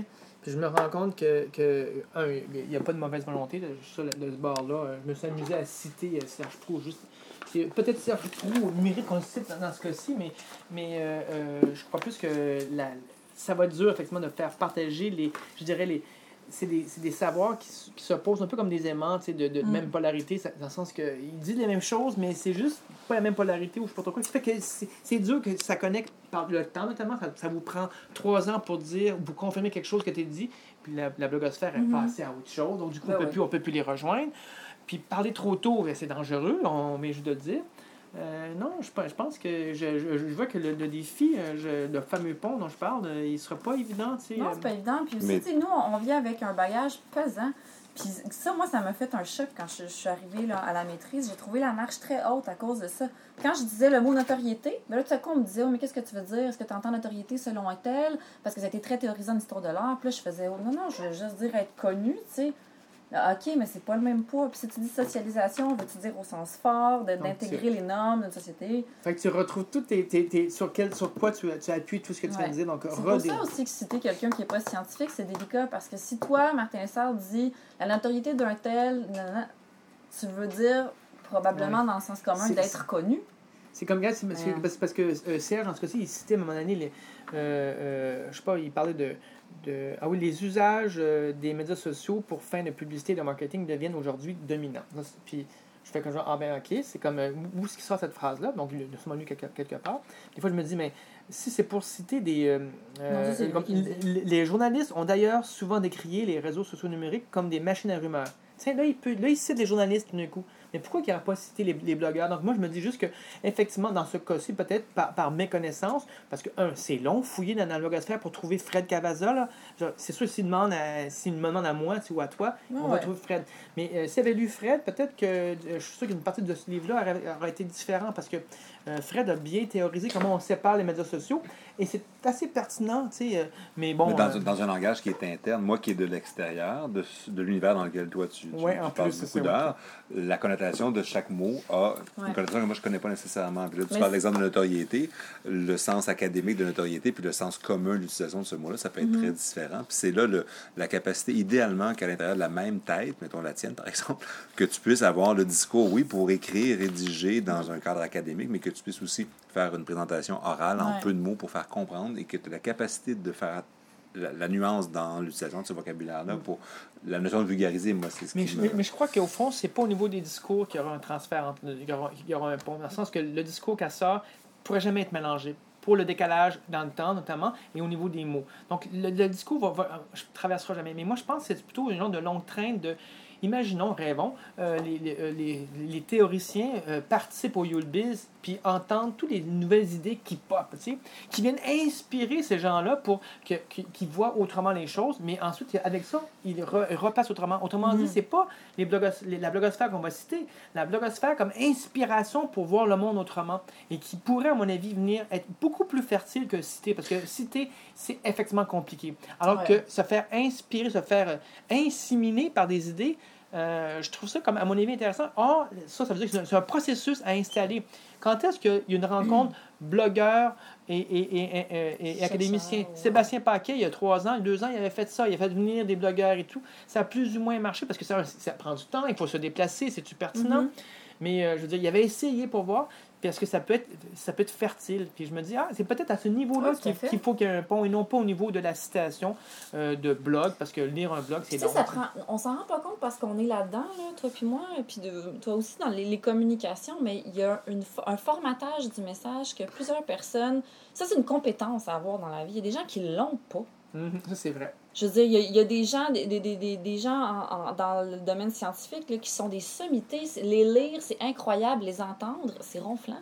Puis je me rends compte que, que un, il n'y a pas de mauvaise volonté de, ça, de ce bord-là. Je me suis amusé à citer Serge Proulx. Juste, c'est, peut-être Serge Proulx mérite qu'on le cite dans, dans ce cas-ci, mais, mais euh, euh, je crois plus que la, ça va être dur, effectivement, de faire partager les, je dirais, les, c'est des, c'est des savoirs qui, qui s'opposent un peu comme des aimants, de, de mm. même polarité, dans le sens qu'ils disent les mêmes choses, mais c'est juste pas la même polarité ou je sais pas trop quoi. Ça fait que c'est, c'est dur que ça connecte par le temps, notamment. Ça, ça vous prend trois ans pour dire, vous confirmer quelque chose que tu as dit, puis la, la blogosphère est mm-hmm. passée à autre chose, donc du coup, ben on ne oui. peut plus les rejoindre. Puis parler trop tôt, c'est dangereux, on met juste de le dire. Euh, non, je, je pense que je, je, je vois que le, le défi, je, le fameux pont dont je parle, il ne sera pas évident. Tu sais. Non, c'est pas évident. Puis aussi, mais... nous, on vient avec un bagage pesant. Puis ça, moi, ça m'a fait un choc quand je, je suis arrivée là, à la maîtrise. J'ai trouvé la marche très haute à cause de ça. Quand je disais le mot notoriété, ben là, tout à coup, on me disait oh, mais qu'est-ce que tu veux dire? Est-ce que tu entends notoriété selon un tel? Parce que ça a été très théorisant en histoire de l'art. Puis là, je faisais oh, non, non, je veux juste dire être connu, tu sais. OK, mais c'est pas le même poids. Puis si tu dis socialisation, veux-tu dire au sens fort, de, d'intégrer les normes d'une société? Fait que tu retrouves tout tes, tes, tes, sur, quel, sur quoi tu, tu appuies tout ce que tu ouais. viens de dire. Donc, c'est pour ça aussi que citer quelqu'un qui n'est pas scientifique, c'est délicat. Parce que si toi, Martin Lessard, dis la notoriété d'un tel, nanana, tu veux dire probablement ouais. dans le sens commun c'est, d'être connu. C'est comme, regarde, c'est parce, ouais. que, parce que euh, Serge, en tout cas, il citait à un moment donné, les, euh, euh, je sais pas, il parlait de, de. Ah oui, les usages euh, des médias sociaux pour fin de publicité et de marketing deviennent aujourd'hui dominants. Puis je fais comme genre, ah ben ok, c'est comme, euh, où est-ce qu'il sort cette phrase-là? Donc, il a sûrement lu quelque, quelque part. Des fois, je me dis, mais si c'est pour citer des. Euh, non, euh, comme, les, les journalistes ont d'ailleurs souvent décrié les réseaux sociaux numériques comme des machines à rumeurs. Tiens, là, il, peut, là, il cite les journalistes tout d'un coup. Mais pourquoi il n'aurait pas cité les, les blogueurs? Donc, moi, je me dis juste que, effectivement, dans ce cas-ci, peut-être par, par méconnaissance, parce que, un, c'est long, fouiller dans, dans la blogosphère pour trouver Fred Cavazza, là. Genre, c'est sûr, s'il demande à, s'il me demande à moi ou à toi, oh, on va ouais. trouver Fred. Mais euh, s'il avait lu Fred, peut-être que, euh, je suis sûr qu'une partie de ce livre-là aurait, aurait été différente, parce que euh, Fred a bien théorisé comment on sépare les médias sociaux, et c'est assez pertinent, tu sais. Euh, mais bon. Mais dans, euh, dans un langage qui est interne, moi qui est de l'extérieur, de, de l'univers dans lequel toi tu, tu, ouais, tu en passes plus, beaucoup d'heures, la connotation de chaque mot a ouais. une connotation que moi je ne connais pas nécessairement. Puis là, tu mais parles l'exemple de notoriété, le sens académique de notoriété, puis le sens commun de l'utilisation de ce mot-là, ça peut être mm-hmm. très différent. Puis c'est là le, la capacité, idéalement, qu'à l'intérieur de la même tête, mettons la tienne par exemple, que tu puisses avoir le discours, oui, pour écrire, rédiger dans un cadre académique, mais que tu puisses aussi faire une présentation orale en ouais. peu de mots pour faire comprendre et que tu as la capacité de faire La, la nuance dans l'utilisation de ce vocabulaire-là mm. pour la notion de vulgariser, moi, c'est ce mais qui je, me... Mais je crois qu'au fond, c'est pas au niveau des discours qu'il y aura un transfert, entre, il, y aura, il y aura un pont, dans le sens que le discours qu'elle sort ne pourrait jamais être mélangé pour le décalage dans le temps, notamment, et au niveau des mots. Donc, le, le discours va, va, je traversera jamais. Mais moi, je pense que c'est plutôt une genre de longue traîne de... Imaginons, rêvons, euh, les, les, les, les théoriciens euh, participent au Yulbiz puis entendent toutes les nouvelles idées qui pop, tu sais, qui viennent inspirer ces gens-là pour que, que, qu'ils voient autrement les choses, mais ensuite, avec ça, ils re, repassent autrement. Autrement mm-hmm. dit, c'est pas les blogos, les, la blogosphère qu'on va citer, la blogosphère comme inspiration pour voir le monde autrement, et qui pourrait, à mon avis, venir être beaucoup plus fertile que citer, parce que citer, c'est effectivement compliqué. Alors ouais. que se faire inspirer, se faire euh, inséminer par des idées, Euh, je trouve ça, comme à mon avis, intéressant. Or, ça, ça veut dire que c'est un, c'est un processus à installer. Quand est-ce qu'il y a une rencontre blogueur et, et, et, et, et académicien? Ouais. Sébastien Paquet, il y a trois ans, deux ans, il avait fait ça. Il a fait venir des blogueurs et tout. Ça a plus ou moins marché parce que ça, ça prend du temps, il faut se déplacer, c'est-tu pertinent? Mm-hmm. Mais euh, je veux dire, il avait essayé pour voir. Puis est-ce que ça peut être, ça peut être fertile? Puis je me dis, ah, c'est peut-être à ce niveau-là oui, qu'il, qu'il faut qu'il y ait un pont et non pas au niveau de la citation euh, de blog, parce que lire un blog, c'est long. Ça prend, on s'en rend pas compte parce qu'on est là-dedans, là, toi puis moi, et puis de, toi aussi dans les, les communications, mais il y a une, un formatage du message que plusieurs personnes... Ça, c'est une compétence à avoir dans la vie. Il y a des gens qui l'ont pas. Mm-hmm, ça, c'est vrai. Je veux dire, il y a, il y a des gens, des, des, des, des gens en, en, dans le domaine scientifique là, qui sont des sommités. Les lire, c'est incroyable. Les entendre, c'est ronflant.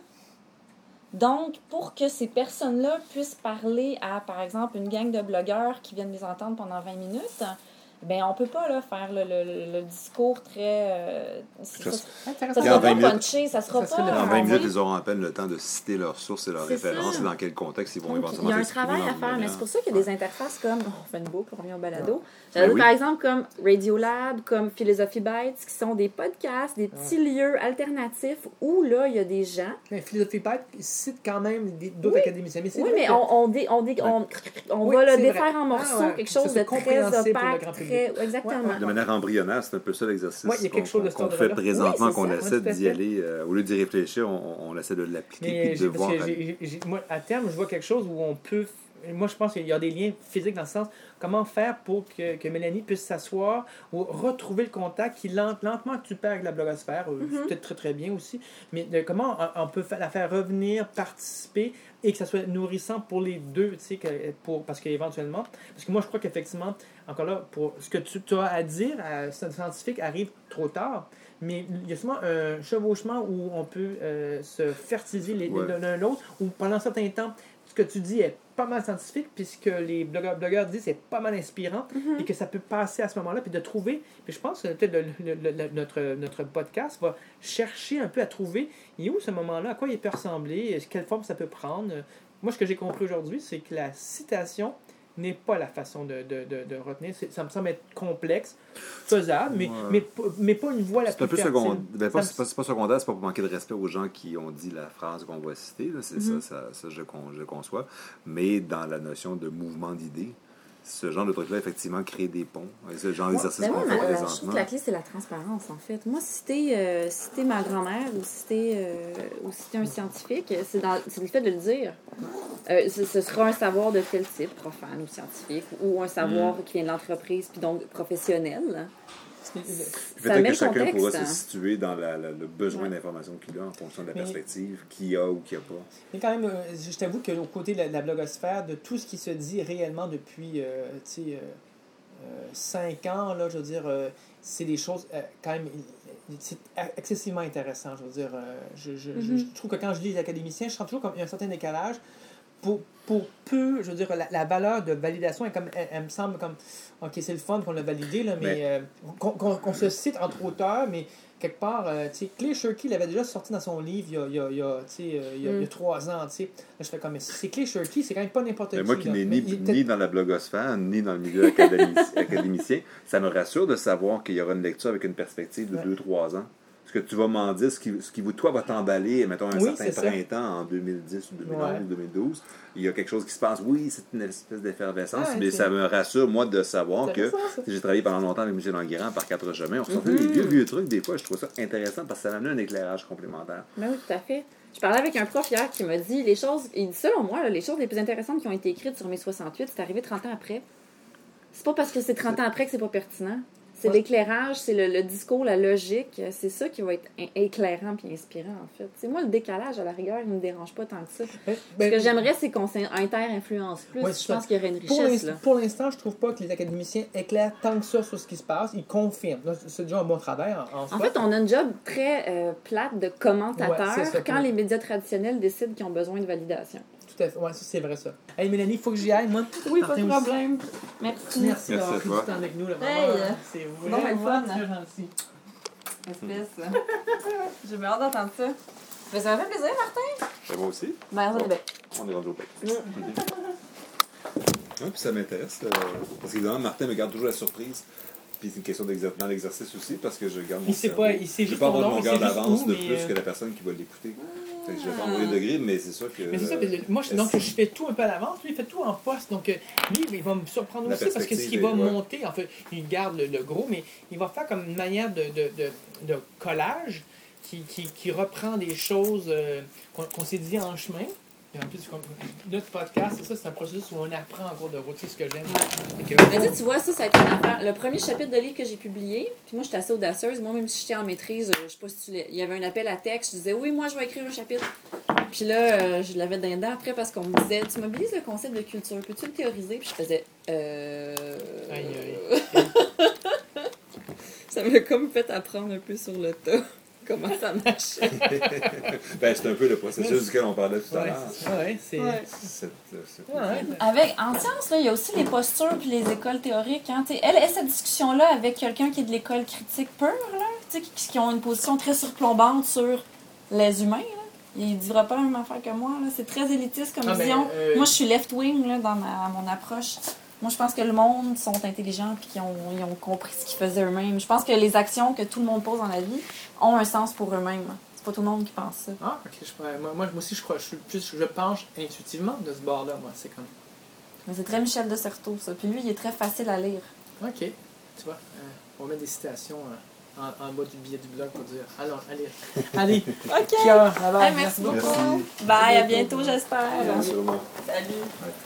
Donc, pour que ces personnes-là puissent parler à, par exemple, une gang de blogueurs qui viennent les entendre pendant vingt minutes, ben on peut pas là, faire le, le, le, le discours très... Euh, ça, ça, ça Puis sera en pas vingt punché, ça sera ça serait pas... le- En vingt on minutes, dit- ils auront à peine le temps de citer leurs sources et leurs C'est références ça. et dans quel contexte ils vont Donc, éventuellement il y a un s'exprimer travail à dans faire, le mais moment. c'est pour ça qu'il y a des interfaces comme, on fait une boucle, on revient au balado. Ben oui. Par exemple, comme Radiolab, comme Philosophy Bites, qui sont des podcasts, des petits lieux alternatifs où là, il y a des gens. Mais Philosophie Bite cite quand même des- d'autres Oui. académiciens. Mais c'est Oui, vrai mais que- on, on, dé- on, dé- on, on Oui, va le c'est vrai. défaire en morceaux, Ah ouais, quelque ça, chose c'est de très compréhensible pour le opaque, grand très... public. Exactement. Ouais, De manière embryonnaire, c'est un peu ça l'exercice Ouais, il y a quelque qu'on chose de qu'on- qu'on cet fait ordre-là. présentement, Oui, c'est qu'on ça. essaie Ouais, tout à d'y fait. aller. euh, au lieu d'y réfléchir, on, on essaie de l'appliquer Mais et j'ai- de parce voir. que j'ai- j'ai- moi, à terme, je vois quelque chose où on peut. f- Moi, je pense qu'il y a des liens physiques dans le sens comment faire pour que, que Mélanie puisse s'asseoir ou retrouver le contact qui lent- lentement tu perds avec la blogosphère. euh, Mm-hmm. C'est peut-être très très bien aussi. Mais de, comment on, on peut fa- la faire revenir, participer et que ça soit nourrissant pour les deux, tu sais, que- pour, parce qu'éventuellement. Parce que moi, je crois qu'effectivement, encore là, pour ce que tu, tu as à dire, à, ce scientifique arrive trop tard. Mais il y a souvent un chevauchement où on peut euh, se fertiliser les- Ouais. l'un l'autre, où pendant un certain temps, ce que tu dis est pas mal scientifique, puis ce que les blogueurs, blogueurs disent c'est pas mal inspirant, et que ça peut passer à ce moment-là, puis de trouver, puis je pense que peut-être le- le- le- le- notre, notre podcast va chercher un peu à trouver, il est où ce moment-là, à quoi il peut ressembler, quelle forme ça peut prendre. Moi, ce que j'ai compris aujourd'hui, c'est que la citation n'est pas la façon de, de, de, de retenir. C'est- Ça me semble être complexe, faisable, mais, Ouais. mais, pas- mais pas une voie la C'est un plus peu fertile. secondaire. Ben, pas, Ça me- c'est pas, c'est pas secondaire, c'est pas pour manquer de respect aux gens qui ont dit la phrase qu'on va citer. Là. C'est Mm-hmm. ça, ça, ça je, con- je conçois. Mais dans la notion de mouvement d'idées, ce genre de truc-là, effectivement, crée des ponts. Et ce genre d'exercice Ben qu'on moi, fait ma- je trouve présentement. que la clé, c'est la transparence, en fait. Moi, citer, euh, citer ma grand-mère ou citer, euh, ou citer un scientifique, c'est, dans, c'est le fait de le dire. Euh, ce, ce sera un savoir de quel type, profane ou scientifique, ou un savoir Mm. qui vient de l'entreprise, puis donc professionnel. c'est- Ça Peut-être met que le chacun contexte, pourra hein. se situer dans la- la- le besoin Ouais. d'information qu'il a en fonction de la Mais- perspective qu'il a ou qu'il n'y a pas. Mais quand même, euh, je t'avoue que au côté de la, de la blogosphère, de tout ce qui se dit réellement depuis, euh, tu sais, euh, euh, cinq ans, là, je veux dire, euh, c'est des choses euh, quand même, c'est excessivement intéressant, je veux dire. euh, je, je, je- Mhm. je trouve que quand je lis les académiciens, je sens toujours comme il y a un certain décalage. Pour, pour peu, je veux dire, la, la valeur de validation est comme, elle, elle me semble comme, ok, c'est le fun qu'on l'a validé, là, mais, Mais- euh, qu'on, qu'on- qu'on se cite entre auteurs, mais quelque part, euh, tu sais, Clay Shirky l'avait déjà sorti dans son livre il y a, il y a, il y a, tu sais, euh, il y a, il y a Mm. trois ans, tu sais. Là, je fais comme, mais si c'est Clay Shirky, c'est quand même pas n'importe Mais qui. moi qui là. n'ai Mais ni, il était- ni dans la blogosphère, ni dans le milieu académici- académicien, ça me rassure de savoir qu'il y aura une lecture avec une perspective de Ouais. deux trois ans. Parce que tu vas m'en dire, ce qui, ce qui vous, toi, va t'emballer, mettons, un Oui, certain c'est ça. printemps en deux mille dix ou deux mille onze, Ouais. deux mille douze. Il y a quelque chose qui se passe. Oui, c'est une espèce d'effervescence, Ouais, mais c'est- ça me rassure, moi, de savoir C'est que intéressant, ça. j'ai travaillé pendant longtemps avec M. Languirand par quatre chemins. On ressortait Mhm. des vieux, vieux trucs. Des fois, je trouve ça intéressant parce que ça amène un éclairage complémentaire. Ben oui, tout à fait. Je parlais avec un prof hier qui m'a dit, les choses, il dit, selon moi, là, les choses les plus intéressantes qui ont été écrites sur mai soixante-huit, c'est arrivé trente ans après. C'est pas parce que c'est trente ans après que c'est pas pertinent. C'est Ouais. l'éclairage, c'est le, le discours, la logique. C'est ça qui va être in- éclairant puis inspirant, en fait. C'est moi, le décalage, à la rigueur, il me dérange pas tant que ça. Ben, Ce ben, que j'aimerais, c'est qu'on s'inter-influence plus. Ouais, Je c'est ça. pense qu'il y aurait une Pour richesse, l'inst- là. pour l'instant, je trouve pas que les académiciens éclairent tant que ça sur ce qui se passe. Ils confirment. Là, c'est déjà un bon travail en, en En soi. fait, on a une job très euh, plate de commentateur Ouais, c'est ça, quand oui. les médias traditionnels décident qu'ils ont besoin de validation. Tout à fait. Ouais, ça, c'est vrai, ça. Hey, Mélanie, il faut que j'y aille, moi. Oui, pas Martin de aussi. problème. Merci. Merci d'avoir Merci à pris toi. du temps avec nous. Là, Hey, vraiment, euh, c'est bon, ben, vraiment le fun. très gentil. Espèce. J'ai bien hâte d'entendre ça. Mais ça m'a fait plaisir, Martin. Et moi aussi, Ben, ça Bon. bien. on est rendu au bec. Oui, puis ça m'intéresse, euh, parce qu'évidemment, Martin me garde toujours la surprise. Puis c'est une question d'exer- dans l'exercice aussi, parce que je garde mon Il sait cerveau. pas, il sait Je juste vais pas avoir ton de nom, il longueur sait juste d'avance où, de mais, plus euh, que la personne qui va l'écouter. Fait que je vais pas envoyer de grille, mais c'est sûr que... Mais c'est ça, euh, parce que moi, je, donc, je fais tout un peu à l'avance. Lui, il fait tout en poste. Donc, euh, lui, il va me surprendre La aussi parce que ce qu'il perspective va est- ouais. monter, en fait, il garde le, le gros, mais il va faire comme une manière de, de, de, de collage qui, qui, qui reprend des choses euh, qu'on qu'on s'est dit en chemin. Et en plus, comme notre podcast, c'est ça, c'est un processus où on apprend en cours de route. C'est ce que j'aime. Fait que, Mais tu sais, tu vois, ça, ça a été une affaire. Le premier chapitre de livre que j'ai publié, puis moi, j'étais assez audacieuse. Moi, même si j'étais en maîtrise, euh, je postulais. Il y avait un appel à texte. Je disais, oui, moi, je vais écrire un chapitre. Puis là, euh, je l'avais dans les dents après parce qu'on me disait, tu mobilises le concept de culture. Peux-tu le théoriser? Puis je faisais, euh. Aïe, aïe. Ça m'a comme fait apprendre un peu sur le tas. comment ça marche. Ben, c'est un peu le processus duquel on parlait tout à Ouais, l'heure. c'est ça, ouais, c'est... Ouais. Cette- cette- Ouais. Avec, en sciences, là, il y a aussi les postures puis les écoles théoriques. Hein. T'sais, elle a cette discussion-là avec quelqu'un qui est de l'école critique pure, là, t'sais, qui, qui ont une position très surplombante sur les humains. Là. Il ne dira pas la même affaire que moi. Là. C'est très élitiste comme Ah, ben, vision. euh, Moi, je suis left-wing là, dans ma, mon approche. Moi, je pense que le monde sont intelligents et qu'ils ont, ils ont compris ce qu'ils faisaient eux-mêmes. Je pense que les actions que tout le monde pose dans la vie ont un sens pour eux-mêmes. C'est pas tout le monde qui pense ça. Ah, ok. Je, moi, moi, moi aussi, je crois, je suis plus, je penche intuitivement de ce bord-là, moi. C'est comme... Mais c'est très Michel de Certeau, ça. Puis lui, il est très facile à lire. Ok. Tu vois, euh, on met des citations euh, en, en bas du billet du blog pour dire, alors, allez, allez. OK. Kia, bye-bye. Hey, merci beaucoup. Merci. Bye, à bientôt, j'espère. Bien sûrement. Salut.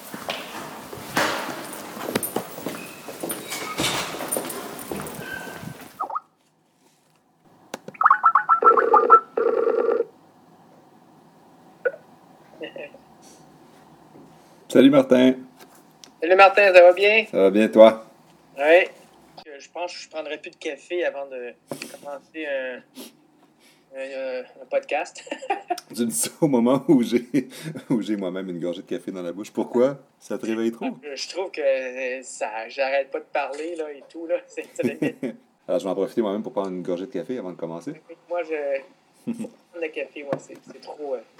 Salut Martin, Salut Martin, ça va bien? ça va bien toi? Oui. Je, je pense que je ne prendrai plus de café avant de commencer un, un, un podcast. Tu me dis ça au moment où j'ai où j'ai moi-même une gorgée de café dans la bouche. Pourquoi? Ça te réveille trop? Je, je trouve que ça, j'arrête pas de parler là, et tout. Là. C'est, ça devient- Alors je vais en profiter moi-même pour prendre une gorgée de café avant de commencer. moi, je. Le café, moi, c'est, c'est trop. euh,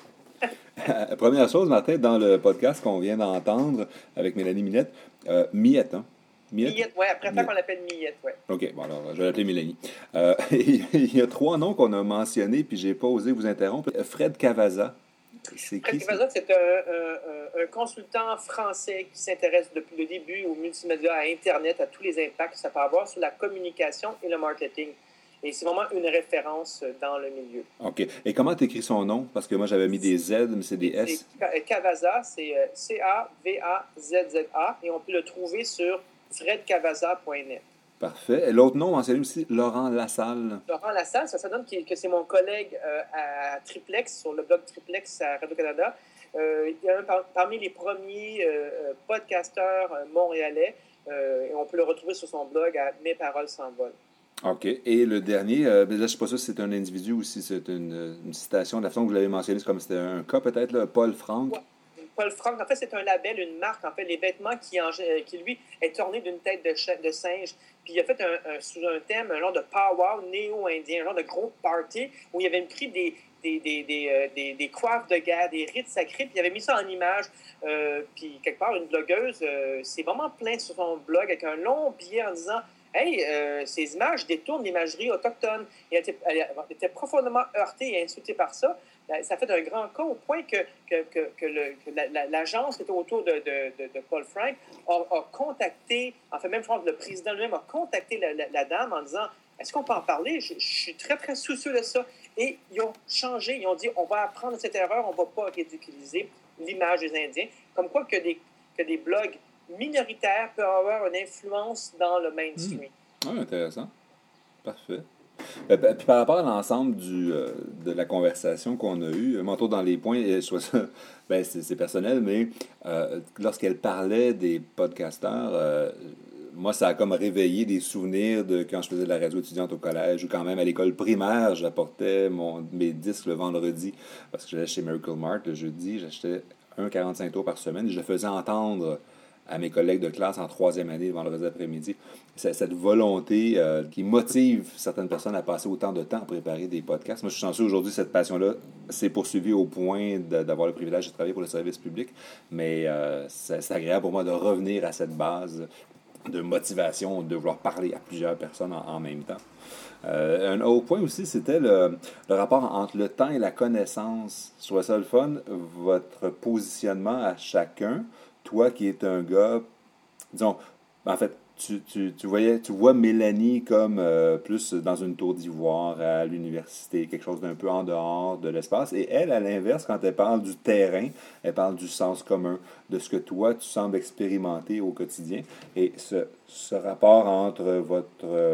Euh, Première chose, Martin, dans le podcast qu'on vient d'entendre avec Mélanie Millette, euh, Miette, hein? Miette? Millette, ouais, après Millette. qu'on l'appelle Millette, ouais. OK, bon alors, je vais l'appeler Mélanie. Euh, il y a trois noms qu'on a mentionnés, puis j'ai pas osé vous interrompre. Fred Cavazza, c'est qui? Fred ça? Cavazza, c'est un, un- un- un consultant français qui s'intéresse depuis le début au multimédia, à Internet, à tous les impacts que ça peut avoir sur la communication et le marketing. Et c'est vraiment une référence dans le milieu. OK. Et comment tu écris son nom? Parce que moi, j'avais mis des Z, mais c'est des S. C'est Cavazza, c'est euh, C A V A Z Z A, et on peut le trouver sur fred cavazza point net. Parfait. Et l'autre nom mentionné aussi, Laurent Lassalle. Laurent Lassalle, ça, ça donne que, que c'est mon collègue euh, à Triplex, sur le blog Triplex à Radio-Canada. Euh, il est un par- parmi les premiers euh, euh, podcasteurs euh, montréalais, euh, et on peut le retrouver sur son blog à Mes paroles s'envolent. OK. Et le dernier, euh, ben là, je ne sais pas ça si c'est un individu ou si c'est une, une citation. De la façon que vous l'avez mentionné, c'est comme c'était un cas peut-être, là, Paul Franck. Ouais. Paul Franck, en fait, c'est un label, une marque, en fait, les vêtements qui, en- euh, qui lui, est orné d'une tête de, cha- de singe. Puis il a fait un, un- sous un thème, un genre de powwow néo-indien, un genre de gros party où il avait pris des, des, des, des, euh, des, des coiffes de guerre, des rites sacrés, puis il avait mis ça en image. Euh, puis quelque part, une blogueuse, euh, c'est vraiment plein sur son blog avec un long billet en disant hey, euh, ces images détournent l'imagerie autochtone. Et elle était, elle était profondément heurtée et insultée par ça. Ça a fait un grand cas au point que, que, que, que, le, que la, la, l'agence qui était autour de, de, de, de Paul Franck a, a contacté, en fait, même je pense que le président lui-même a contacté la, la, la dame en disant est-ce qu'on peut en parler? Je, je suis très, très soucieux de ça. Et ils ont changé, ils ont dit on va apprendre de cette erreur, on ne va pas ridiculiser l'image des Indiens. Comme quoi que des, que des blogs minoritaires peuvent avoir une influence dans le mainstream. Mmh. Ah, intéressant. Parfait. Euh, Puis par rapport à l'ensemble du, euh, de la conversation qu'on a eue, moi, dans les points, je trouve ça, ben, c'est, c'est personnel, mais euh, lorsqu'elle parlait des podcasteurs, euh, moi, ça a comme réveillé des souvenirs de quand je faisais de la radio étudiante au collège ou quand même à l'école primaire, j'apportais mon, mes disques le vendredi parce que j'allais chez Miracle Mart le jeudi, j'achetais un virgule quarante-cinq tours par semaine et je le faisais entendre à mes collègues de classe en troisième année, le vendredi après-midi. C'est cette volonté euh, qui motive certaines personnes à passer autant de temps à préparer des podcasts. Moi, je suis chanceux aujourd'hui, cette passion-là s'est poursuivie au point de, d'avoir le privilège de travailler pour le service public. Mais euh, c'est, c'est agréable pour moi de revenir à cette base de motivation, de vouloir parler à plusieurs personnes en, en même temps. Euh, un autre point aussi, c'était le, le rapport entre le temps et la connaissance. Je trouvais ça le fun, votre positionnement à chacun. Toi qui es un gars, disons, en fait, tu, tu, tu, voyais, tu vois Mélanie comme euh, plus dans une tour d'ivoire à l'université, quelque chose d'un peu en dehors de l'espace. Et elle, à l'inverse, quand elle parle du terrain, elle parle du sens commun, de ce que toi, tu sembles expérimenter au quotidien. Et ce, ce rapport entre votre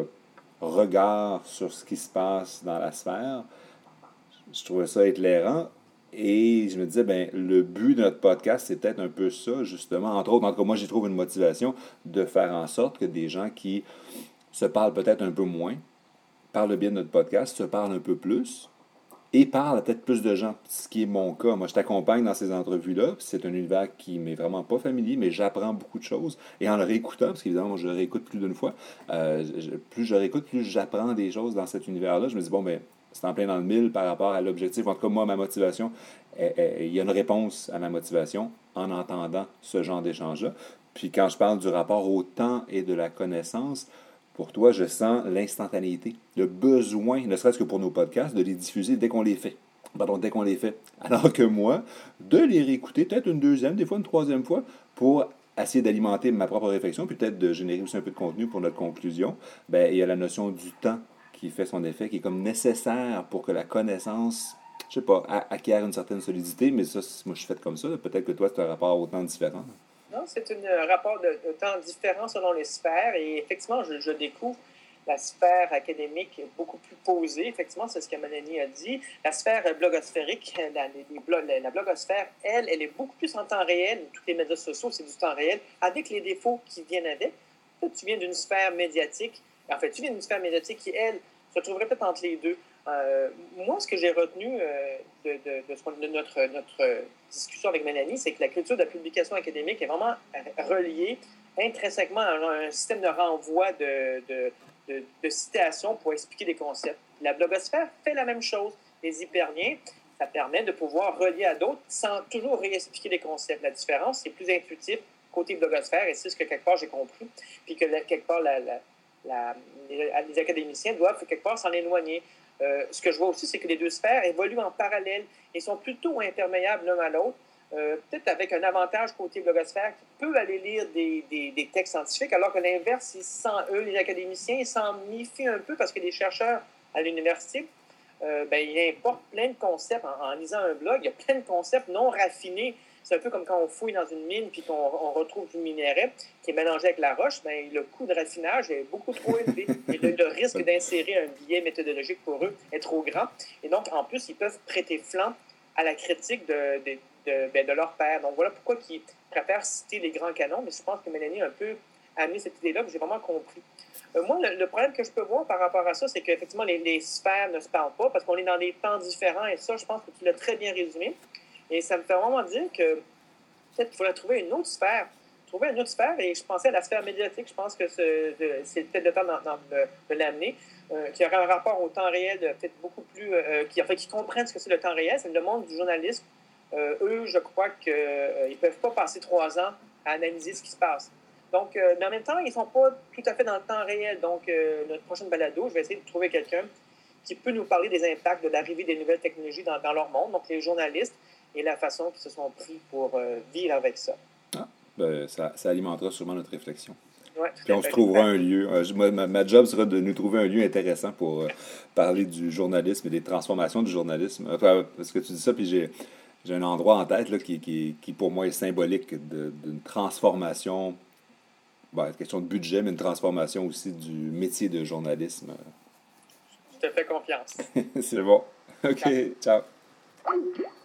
regard sur ce qui se passe dans la sphère, je trouvais ça éclairant. Et je me disais, ben le but de notre podcast, c'est peut-être un peu ça, justement. Entre autres, en tout cas, moi, j'y trouve une motivation de faire en sorte que des gens qui se parlent peut-être un peu moins, par le biais de notre podcast, se parlent un peu plus et parlent à peut-être plus de gens, ce qui est mon cas. Moi, je t'accompagne dans ces entrevues-là, puis c'est un univers qui m'est vraiment pas familier, mais j'apprends beaucoup de choses. Et en le réécoutant, parce qu'évidemment, moi, je le réécoute plus d'une fois, euh, je- plus je réécoute, plus j'apprends des choses dans cet univers-là. Je me dis, bon, ben c'est en plein dans le mille par rapport à l'objectif. En tout cas, moi, ma motivation, eh, eh, il y a une réponse à ma motivation en entendant ce genre d'échange-là. Puis quand je parle du rapport au temps et de la connaissance, pour toi, je sens l'instantanéité, le besoin, ne serait-ce que pour nos podcasts, de les diffuser dès qu'on les fait. Pardon, dès qu'on les fait. Alors que moi, de les réécouter peut-être une deuxième, des fois une troisième fois, pour essayer d'alimenter ma propre réflexion, puis peut-être de générer aussi un peu de contenu pour notre conclusion, ben, il y a la notion du temps qui fait son effet, qui est comme nécessaire pour que la connaissance, je sais pas, a- acquiert une certaine solidité, mais ça, moi, je suis fait comme ça. là. Peut-être que toi, c'est un rapport au temps différent. Non, c'est un euh, rapport de, de temps différent selon les sphères. Et effectivement, je, je découvre la sphère académique beaucoup plus posée. Effectivement, c'est ce que Mélanie a dit. La sphère blogosphérique, la, les, les blo- la, la blogosphère, elle, elle est beaucoup plus en temps réel. Tous les médias sociaux, c'est du temps réel, avec les défauts qui viennent avec. Toi, tu viens d'une sphère médiatique. En fait, tu viens d'une sphère médiatique qui, elle, se trouverait peut-être entre les deux. Euh, moi, ce que j'ai retenu euh, de, de, de, ce qu'on- de notre, notre discussion avec Mélanie, c'est que la culture de la publication académique est vraiment reliée intrinsèquement à un système de renvoi de, de, de, de citations pour expliquer des concepts. La blogosphère fait la même chose. Les hyperliens, ça permet de pouvoir relier à d'autres sans toujours réexpliquer les concepts. La différence, c'est plus intuitif côté blogosphère, et c'est ce que quelque part j'ai compris, puis que la, quelque part la, la, la, les, les académiciens doivent quelque part s'en éloigner. Euh, ce que je vois aussi, c'est que les deux sphères évoluent en parallèle et sont plutôt imperméables l'un à l'autre, euh, peut-être avec un avantage côté blogosphère qui peut aller lire des, des, des textes scientifiques, alors que l'inverse, ils s'en, eux, les académiciens, ils s'en méfient un peu parce que les chercheurs à l'université, euh, ben, ils importent plein de concepts. En, en lisant un blog, il y a plein de concepts non raffinés. C'est un peu comme quand on fouille dans une mine puis qu'on on retrouve du minerai qui est mélangé avec la roche, ben, le coût de raffinage est beaucoup trop élevé. Et le, le risque d'insérer un biais méthodologique pour eux est trop grand. Et donc, en plus, ils peuvent prêter flanc à la critique de, de, de, ben, de leur père. Donc, voilà pourquoi ils préfèrent citer les grands canons. Mais je pense que Mélanie a un peu amené cette idée-là que j'ai vraiment compris. Euh, moi, le, le problème que je peux voir par rapport à ça, c'est qu'effectivement, les, les sphères ne se parlent pas parce qu'on est dans des temps différents. Et ça, je pense que tu l'as très bien résumé. Et ça me fait vraiment dire que peut-être qu'il faudrait trouver une autre sphère. Trouver une autre sphère, et je pensais à la sphère médiatique. Je pense que c'est, c'est peut-être le temps de, de, de l'amener, euh, qui aurait un rapport au temps réel peut-être beaucoup plus... Euh, qui, enfin, qui comprennent ce que c'est le temps réel. C'est le monde du journalisme. Euh, eux, je crois qu'ils euh, ne peuvent pas passer trois ans à analyser ce qui se passe. Donc, euh, mais en même temps, ils ne sont pas tout à fait dans le temps réel. Donc, euh, notre prochaine balado, je vais essayer de trouver quelqu'un qui peut nous parler des impacts de l'arrivée des nouvelles technologies dans, dans leur monde, donc les journalistes, et la façon qu'ils se sont pris pour euh, vivre avec ça. Ah, ben, ça, ça alimentera sûrement notre réflexion. Ouais, Puis on se trouvera un lieu. Euh, moi, ma, ma job sera de nous trouver un lieu intéressant pour euh, parler du journalisme et des transformations du journalisme. Enfin, parce que tu dis ça, puis j'ai, j'ai un endroit en tête là, qui, qui, qui, pour moi, est symbolique de, d'une transformation, ben, question de budget, mais une transformation aussi du métier de journalisme. Je te fais confiance. C'est bon. OK, ciao. ciao.